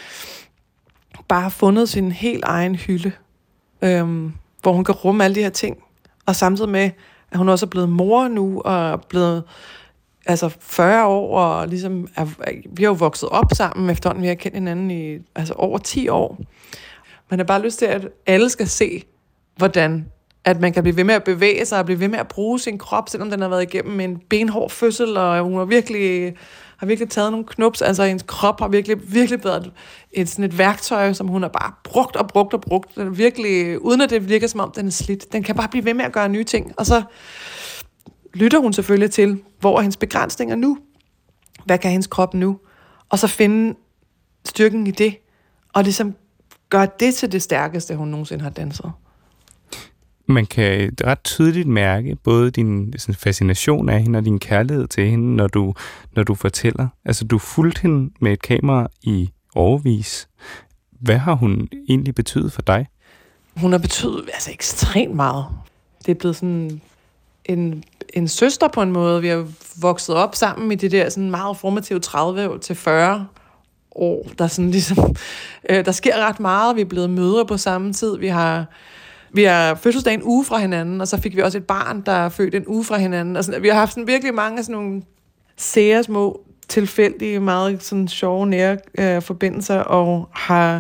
bare har fundet sin helt egen hylde, øhm, hvor hun kan rumme alle de her ting. Og samtidig med, at hun også er blevet mor nu, og er blevet altså fyrre år, og ligesom er, vi har jo vokset op sammen, efterhånden vi har kendt hinanden i altså over ti år. Man har bare lyst til, at alle skal se, hvordan at man kan blive ved med at bevæge sig, og blive ved med at bruge sin krop, selvom den har været igennem en benhård fødsel, og hun har virkelig har virkelig taget nogle knups, altså hendes krop har virkelig, virkelig været et, sådan et værktøj, som hun har bare brugt og brugt og brugt. Den er virkelig, uden at det virker som om, den er slidt. Den kan bare blive ved med at gøre nye ting, og så lytter hun selvfølgelig til, hvor er hendes begrænsninger nu? Hvad kan hendes krop nu? Og så finde styrken i det, og ligesom gøre det til det stærkeste, hun nogensinde har danset. Man kan ret tydeligt mærke både din sådan, fascination af hende og din kærlighed til hende, når du, når du fortæller. Altså, du fulgte hende med et kamera i årevis. Hvad har hun egentlig betydet for dig? Hun har betydet altså ekstremt meget. Det er blevet sådan en, en søster på en måde. Vi har vokset op sammen i det der sådan meget formative tredive til fyrre år. Der, sådan ligesom, øh, der sker ret meget. Vi er blevet mødre på samme tid. Vi har... Vi har fødselsdag en uge fra hinanden, og så fik vi også et barn, der er født en uge fra hinanden. Og sådan, vi har haft sådan virkelig mange sådan nogle sære, små, tilfældige, meget sådan sjove, nære øh, forbindelser, og har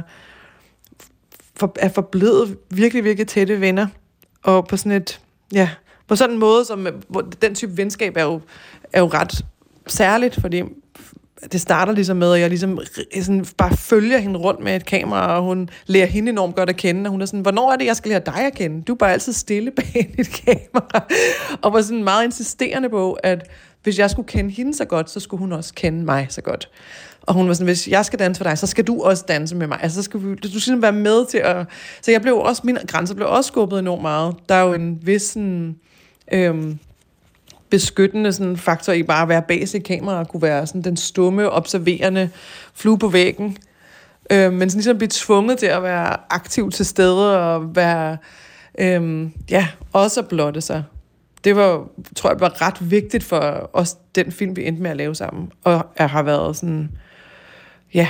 for, er forblevet virkelig, virkelig tætte venner. Og på sådan et, ja, på sådan en måde, som, hvor den type venskab er jo, er jo ret særligt, fordi det starter ligesom med, at jeg ligesom sådan bare følger hende rundt med et kamera, og hun lærer hende enormt godt at kende, og hun er sådan, hvornår er det, jeg skal lære dig at kende? Du er bare altid stille bag et kamera. Og var sådan meget insisterende på, at hvis jeg skulle kende hende så godt, så skulle hun også kende mig så godt. Og hun var sådan, hvis jeg skal danse for dig, så skal du også danse med mig. Altså, så skal vi, du skal være med til at... Så jeg blev også, mine grænser blev også skubbet enormt meget. Der er jo en vis sådan... Øhm, beskyttende sådan faktor i bare at være bag sit kamera og kunne være sådan den stumme, observerende flue på væggen. Øh, men sådan ligesom blive tvunget til at være aktiv til stede og være, øh, ja, også at blotte sig. Det var, tror jeg, var ret vigtigt for os, den film, vi endte med at lave sammen. Og har været sådan, ja,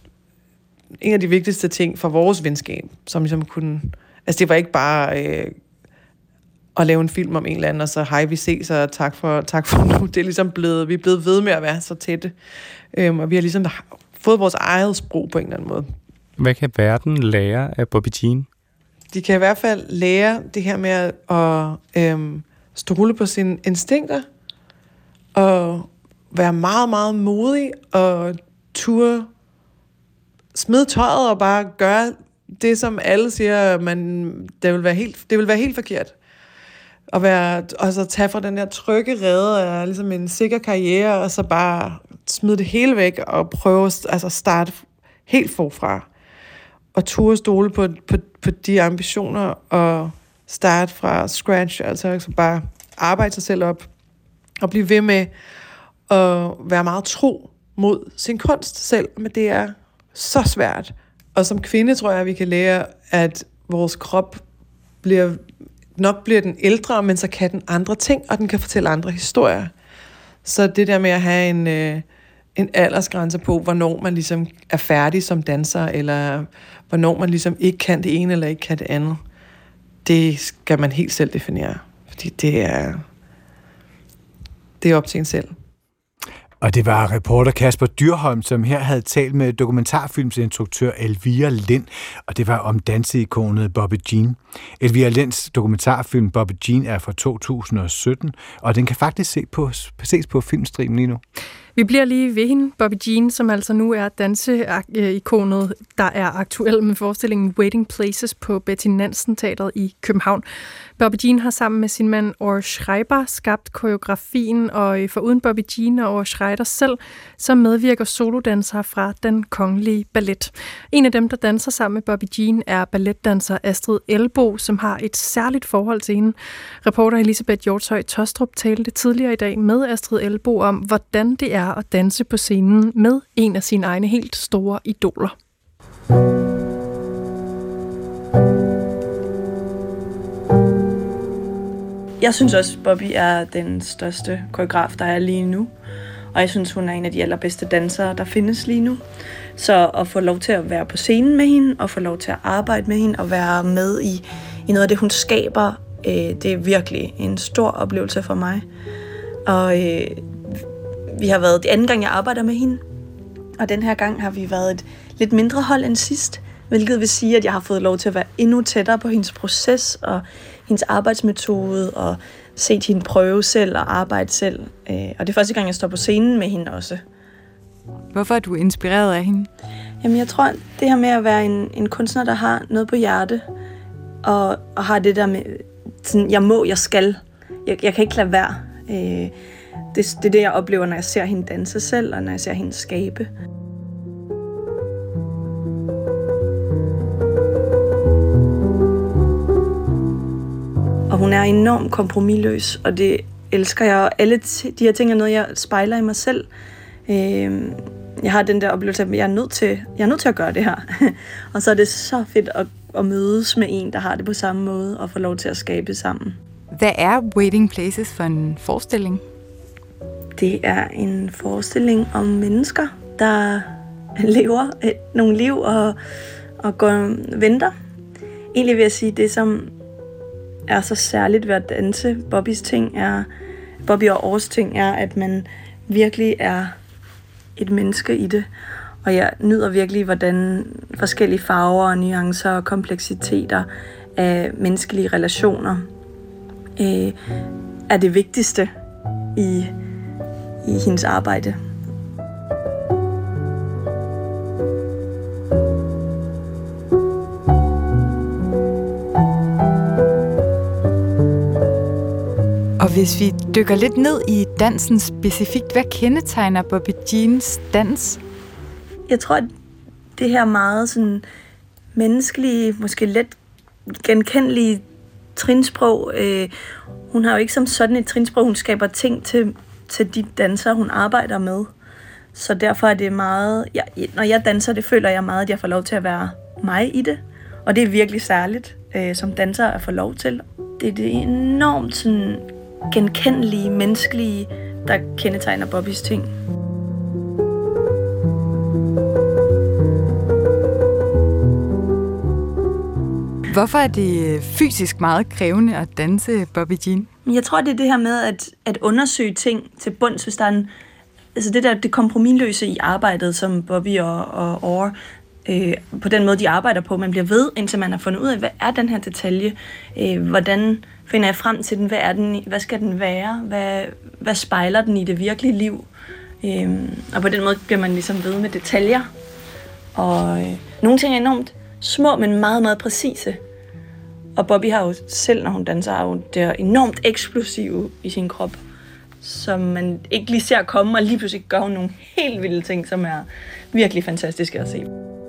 en af de vigtigste ting for vores venskab, som ligesom kunne, altså det var ikke bare... Øh, at lave en film om en eller anden, og så hej, vi ses, og tak for, tak for nu. Det er ligesom blevet, vi er blevet ved med at være så tætte. Øhm, og vi har ligesom fået vores eget sprog på en eller anden måde. Hvad kan verden lære af Bobby Jean? De kan i hvert fald lære det her med at, at øhm, stole på sine instinkter, og være meget, meget modig, og turde smide tøjet, og bare gøre det, som alle siger, man, det vil være helt, det vil være helt forkert. Og være, og så tage fra den der trygge rede af ligesom en sikker karriere, og så bare smide det hele væk, og prøve altså starte helt forfra. Og turde stole på, på, på de ambitioner, og starte fra scratch, altså, altså bare arbejde sig selv op, og blive ved med at være meget tro mod sin kunst selv, men det er så svært. Og som kvinde tror jeg, at vi kan lære, at vores krop bliver... Nok bliver den ældre, men så kan den andre ting, og den kan fortælle andre historier. Så det der med at have en, øh, en aldersgrænse på, hvornår man ligesom er færdig som danser, eller hvornår man ligesom ikke kan det ene, eller ikke kan det andet, det skal man helt selv definere. Fordi det er, det er op til en selv. Og det var reporter Kasper Dyrholm, som her havde talt med dokumentarfilmsinstruktør Elvira Lind, og det var om danseikonet Bobby Jean. Elvira Linds dokumentarfilm Bobby Jean er fra to tusind og sytten, og den kan faktisk se på, ses på Filmstream lige nu. Vi bliver lige ved hende, Bobby Jean, som altså nu er danseikonet, der er aktuel med forestillingen Waiting Places på Betty Nansen Teatret i København. Bobby Jean har sammen med sin mand Ore Schreiber skabt koreografien, og foruden Bobby Jean og Ore Schreiber selv, så medvirker solodansere fra Den Kongelige Ballet. En af dem, der danser sammen med Bobby Jean, er balletdanser Astrid Elbo, som har et særligt forhold til hende. Reporter Elisabeth Hjortshøj Tostrup talte tidligere i dag med Astrid Elbo om, hvordan det er at danse på scenen med en af sine egne helt store idoler. Jeg synes også, Bobby er den største koreograf, der er lige nu. Og jeg synes, hun er en af de allerbedste dansere, der findes lige nu. Så at få lov til at være på scenen med hende, og få lov til at arbejde med hende, og være med i, i noget af det, hun skaber, øh, det er virkelig en stor oplevelse for mig. Og øh, vi har været det anden gang, jeg arbejder med hende. Og den her gang har vi været et lidt mindre hold end sidst, hvilket vil sige, at jeg har fået lov til at være endnu tættere på hendes proces og hendes arbejdsmetode, og set hende prøve selv og arbejde selv. Og det er første gang, jeg står på scenen med hende også. Hvorfor er du inspireret af hende? Jamen, jeg tror, det her med at være en, en kunstner, der har noget på hjerte, og, og har det der med, sådan, jeg må, jeg skal. Jeg, jeg kan ikke lade være. Øh, det, det er det, jeg oplever, når jeg ser hende danse selv, og når jeg ser hende skabe. Og hun er enormt kompromisløs, og det elsker jeg. Og alle t- de her ting er noget, jeg spejler i mig selv. Øh, jeg har den der oplevelse af, at jeg er nødt til, jeg er nødt til at gøre det her. Og så er det så fedt at, at mødes med en, der har det på samme måde, og få lov til at skabe sammen. Hvad er Waiting Places for en forestilling? Det er en forestilling om mennesker, der lever et, nogle liv og, og går venter. Egentlig vil jeg sige, det som er så særligt ved at danse Bobbys ting er, Bobby og Års ting er, at man virkelig er et menneske i det. Og jeg nyder virkelig, hvordan forskellige farver og nuancer og kompleksiteter af menneskelige relationer øh, er det vigtigste i, i hendes arbejde. Og hvis vi dykker lidt ned i dansen specifikt, hvad kendetegner Bobby Jeans dans? Jeg tror, at det her meget sådan menneskelige, måske let genkendelige trinsprog, øh, hun har jo ikke som sådan et trinsprog, hun skaber ting til, til de dansere, hun arbejder med. Så derfor er det meget, ja, når jeg danser, det føler jeg meget, at jeg får lov til at være mig i det. Og det er virkelig særligt, øh, som danser at få lov til. Det er det enormt sådan genkendelige, menneskelige, der kendetegner Bobbys ting. Hvorfor er det fysisk meget krævende at danse Bobby Jean? Jeg tror, det er det her med at, at undersøge ting til bunds, hvis der er en, altså det der det kompromisløse i arbejdet, som Bobby og, og Orr, øh, på den måde, de arbejder på. Man bliver ved, indtil man har fundet ud af, hvad er den her detalje? Øh, hvordan finder jeg frem til den? Hvad er den? Hvad skal den være? Hvad, hvad spejler den i det virkelige liv? Øh, og på den måde bliver man ligesom ved med detaljer. Og øh, nogle ting er enormt små, men meget, meget præcise. Og Bobby har jo selv, når hun danser, har jo det enormt eksplosive i sin krop, som man ikke lige ser komme, og lige pludselig gør hun nogle helt vilde ting, som er virkelig fantastiske at se.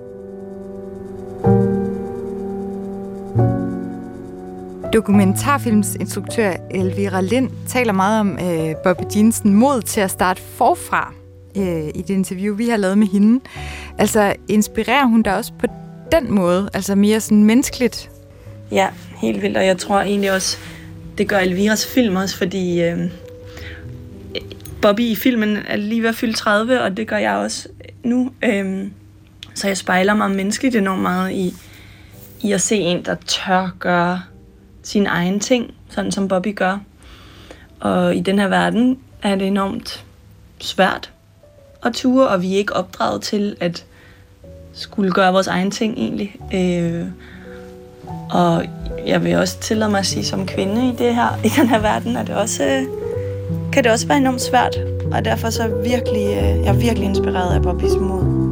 Dokumentarfilmsinstruktør Elvira Lind taler meget om øh, Bobby Jeans mod til at starte forfra øh, i det interview, vi har lavet med hende. Altså, inspirerer hun dig også på den måde, altså mere sådan menneskeligt? Ja, helt vildt, og jeg tror egentlig også, det gør Elviras film også, fordi øh, Bobby i filmen er lige ved at fylde tredive, og det gør jeg også nu. Øh, så jeg spejler mig menneskeligt enormt meget i, i at se en, der tør gøre sine egne ting, sådan som Bobby gør. Og i den her verden er det enormt svært at ture, og vi er ikke opdraget til at skulle gøre vores egne ting egentlig. Øh, og jeg vil også tillade mig at sige, som kvinde i det her, i den her verden, er det også, øh, kan det også være enormt svært. Og derfor så er virkelig, øh, jeg er virkelig inspireret af Bobbys mod.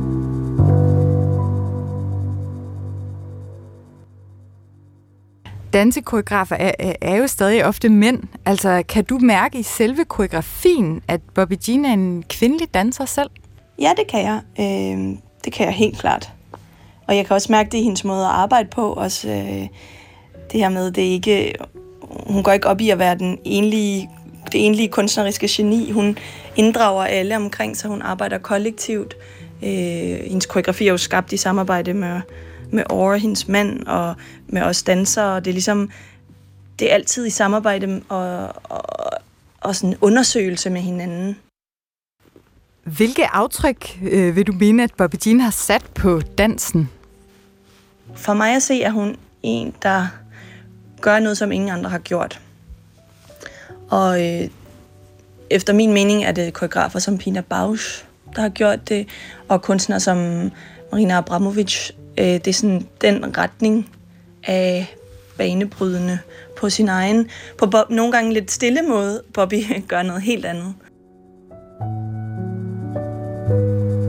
Dansekoreografer er, er jo stadig ofte mænd. Altså, kan du mærke i selve koreografien, at Bobby Jean er en kvindelig danser selv? Ja, det kan jeg. Øh, det kan jeg helt klart. Og jeg kan også mærke det i hendes måde at arbejde på. Også øh, det her med, det er ikke, hun går ikke op i at være den enlige, det enlige kunstneriske geni. Hun inddrager alle omkring sig. Hun arbejder kollektivt. Øh, hendes koreografi er jo skabt i samarbejde med med Orr, hendes mand, og med os dansere. Det er ligesom, det er altid i samarbejde og, og, og sådan en undersøgelse med hinanden. Hvilke aftryk øh, vil du mene, at Bobby Jean har sat på dansen? For mig at se, er hun en, der gør noget, som ingen andre har gjort. Og øh, efter min mening er det koreografer som Pina Bausch, der har gjort det, og kunstnere som Marina Abramovic. Det er sådan den retning af banebrydende på sin egen, på Bob, nogle gange lidt stille måde. Bobby gør noget helt andet.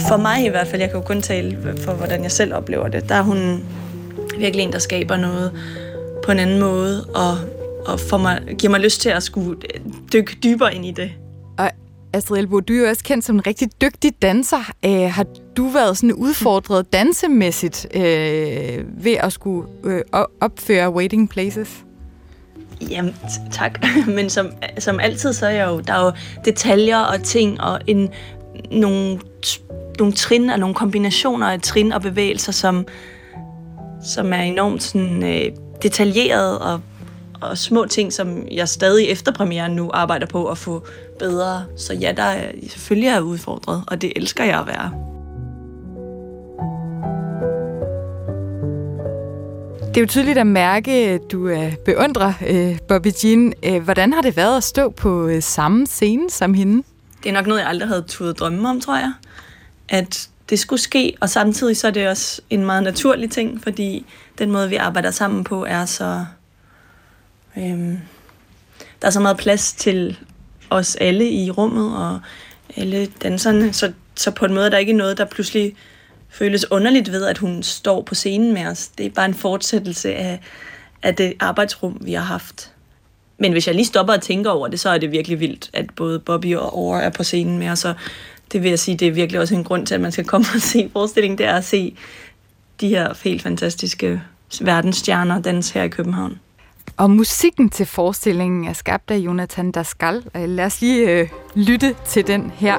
for mig i hvert fald, jeg kan jo kun tale for, hvordan jeg selv oplever det, der er hun virkelig en, der skaber noget på en anden måde, og, og får mig, giver mig lyst til at skulle dykke dybere ind i det. Og Astrid Elbo, du er jo også kendt som en rigtig dygtig danser. Æh, har du været sådan udfordret dansemæssigt øh, ved at skulle øh, opføre Waiting Places? Jamen, tak. Men som, som altid, så er jeg jo, der er jo detaljer og ting, og en, nogle, nogle trin og nogle kombinationer af trin og bevægelser, som, som er enormt sådan, øh, detaljeret og, og små ting, som jeg stadig efter premieren nu arbejder på at få bedre. Så ja, der er, selvfølgelig er jeg udfordret, og det elsker jeg at være. Det er jo tydeligt at mærke, at du beundrer øh, Bobbi Jean. Hvordan har det været at stå på øh, samme scene som hende? Det er nok noget, jeg aldrig havde turet drømme om, tror jeg. At det skulle ske, og samtidig så er det også en meget naturlig ting, fordi den måde, vi arbejder sammen på, er så... Øhm, der er så meget plads til os alle i rummet, og alle danserne, så, så på en måde er der ikke noget, der pludselig føles underligt ved, at hun står på scenen med os. Det er bare en fortsættelse af, af det arbejdsrum, vi har haft. Men hvis jeg lige stopper og tænker over det, så er det virkelig vildt, at både Bobbi og Aura er på scenen med os. Og det vil jeg sige, det er virkelig også en grund til, at man skal komme og se forestillingen. Det er at se de her helt fantastiske verdensstjerner danse her i København. Og musikken til forestillingen er skabt af Jonathan Daskal. Lad os lige øh, lytte til den her.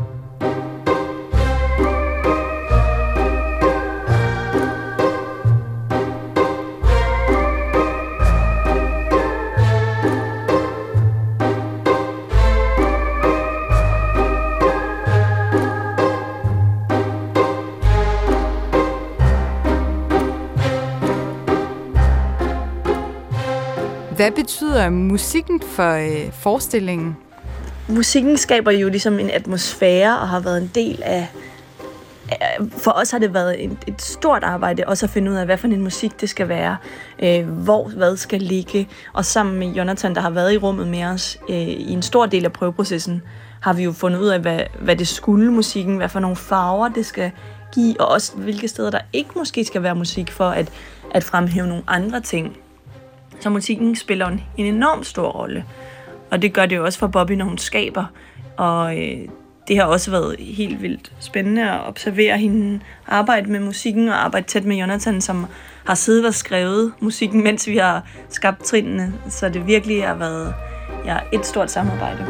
Hvad betyder musikken for øh, forestillingen? Musikken skaber jo ligesom en atmosfære og har været en del af... For os har det været et, et stort arbejde også at finde ud af, hvad for en musik det skal være, øh, hvor hvad skal ligge. Og sammen med Jonathan, der har været i rummet med os øh, i en stor del af prøveprocessen, har vi jo fundet ud af, hvad, hvad det skulle musikken, hvad for nogle farver det skal give, og også hvilke steder der ikke måske skal være musik for at, at fremhæve nogle andre ting. Så musikken spiller en, en enormt stor rolle, og det gør det jo også for Bobbi, når hun skaber. Og øh, det har også været helt vildt spændende at observere hende arbejde med musikken og arbejde tæt med Jonathan, som har siddet og skrevet musikken, mens vi har skabt trinene. Så det virkelig har været ja, et stort samarbejde.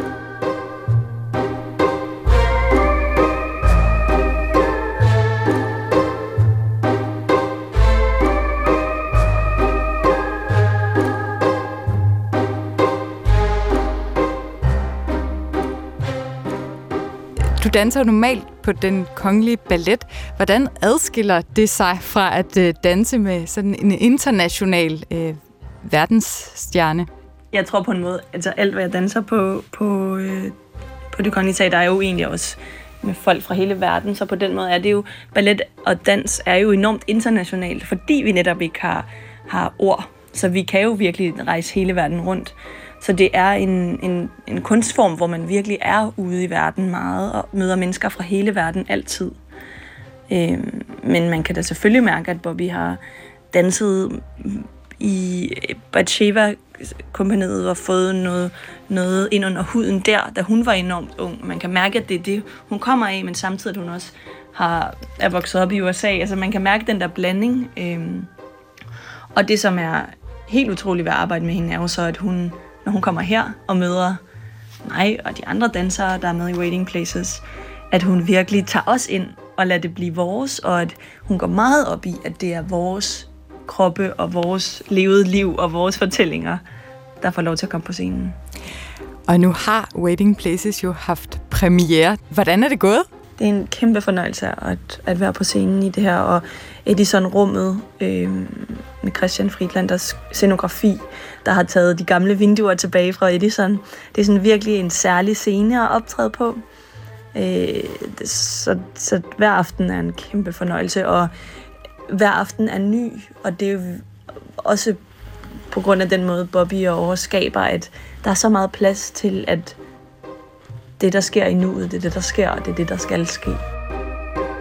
Du danser normalt på Den Kongelige Ballet. Hvordan adskiller det sig fra at øh, danse med sådan en international øh, verdensstjerne? Jeg tror på en måde, altså alt hvad jeg danser på, på, øh, på Det Kongelige Teater er jo egentlig også med folk fra hele verden, så på den måde er det jo, ballet og dans er jo enormt internationalt, fordi vi netop ikke har, har ord, så vi kan jo virkelig rejse hele verden rundt. Så det er en, en, en kunstform, hvor man virkelig er ude i verden meget og møder mennesker fra hele verden altid. Øhm, men man kan da selvfølgelig mærke, at Bobbi har danset i Batsheva-kompaniet og fået noget, noget ind under huden der, da hun var enormt ung. Man kan mærke, at det er det, hun kommer af, men samtidig at hun også har, er vokset op i U S A. Altså man kan mærke den der blanding. Øhm, og det, som er helt utroligt ved at arbejde med hende, er jo så, at hun, når hun kommer her og møder mig og de andre dansere, der er med i Waiting Places, at hun virkelig tager os ind og lader det blive vores, og at hun går meget op i, at det er vores kroppe og vores levede liv og vores fortællinger, der får lov til at komme på scenen. Og nu har Waiting Places jo haft premiere. Hvordan er det gået? Det er en kæmpe fornøjelse at, at være på scenen i det her, og Edison-rummet øh, med Christian Friedlanders scenografi, der har taget de gamle vinduer tilbage fra Edison. Det er sådan virkelig en særlig scene at optræde på. Øh, så, så hver aften er en kæmpe fornøjelse, og hver aften er ny, og det er jo også på grund af den måde, Bobbi og Aura skaber, at der er så meget plads til, at det, der sker i nuet, det er det, der sker, og det er det, der skal ske.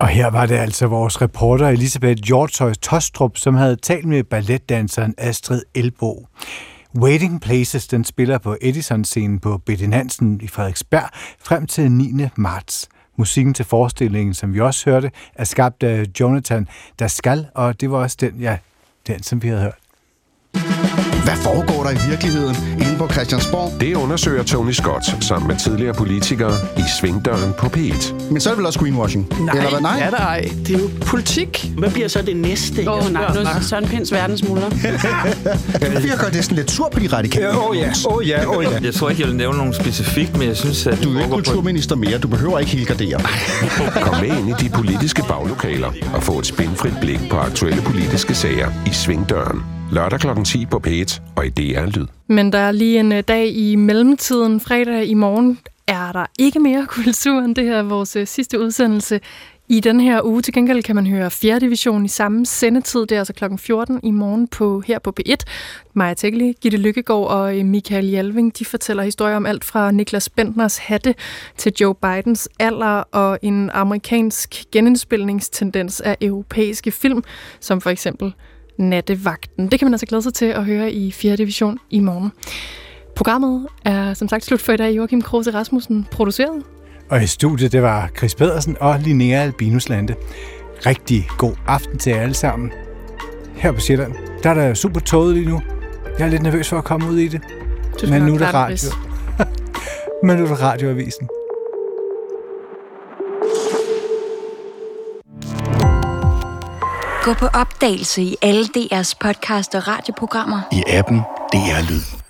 Og her var det altså vores reporter Elisabeth Hjortøj Tostrup, som havde talt med balletdanseren Astrid Elbo. Waiting Places, den spiller på Edison-scenen på Betty Nansen i Frederiksberg frem til niende marts. Musikken til forestillingen, som vi også hørte, er skabt af Jonathan Daskal, og det var også den, ja, den, som vi havde hørt. Hvad foregår der i virkeligheden inde på Christiansborg? Det undersøger Tony Scott sammen med tidligere politikere i Svingdøren på P et. Men så er det vel også greenwashing? Nej, Eller hvad? Nej, er der ej. Det er jo politik. Hvad bliver så det næste? Åh oh, nej, nu er Søren Pinds verdensmuller. Du virker næsten lidt sur på de radikale. Åh ja, åh ja, åh ja. Jeg tror ikke, jeg vil nævne nogen specifikt, men jeg synes, at... Du er ikke kulturminister mere. Du behøver ikke helgardere. Kom med ind i de politiske baglokaler og få et spændfrit blik på aktuelle politiske sager i Svingdøren. Lørdag klokken ti på P et og i D R Lyd. Men der er lige en dag i mellemtiden. Fredag i morgen er der ikke mere kultur end det her vores sidste udsendelse i den her uge. Til gengæld kan man høre fjerde division i samme sendetid. Det er altså klokken fjorten i morgen på, her på P et. Maja Tegeli, Gitte Lykkegaard og Michael Jalving, de fortæller historier om alt fra Niklas Bentners hatte til Joe Bidens alder og en amerikansk genindspilningstendens af europæiske film, som for eksempel Nattevagten. Det kan man altså glæde sig til at høre i fjerde division i morgen. Programmet er som sagt slut for i dag. Joachim Kruse Rasmussen produceret. Og i studiet, det var Chris Pedersen og Linnea Albinus Lande. Rigtig god aften til jer alle sammen. Her på Sjælland, der er der super tåget lige nu. Jeg er lidt nervøs for at komme ud i det. Men nu er det radio. Men nu er det radioavisen. Gå på opdagelse i alle D R's podcast og radioprogrammer. I appen D R Lyd.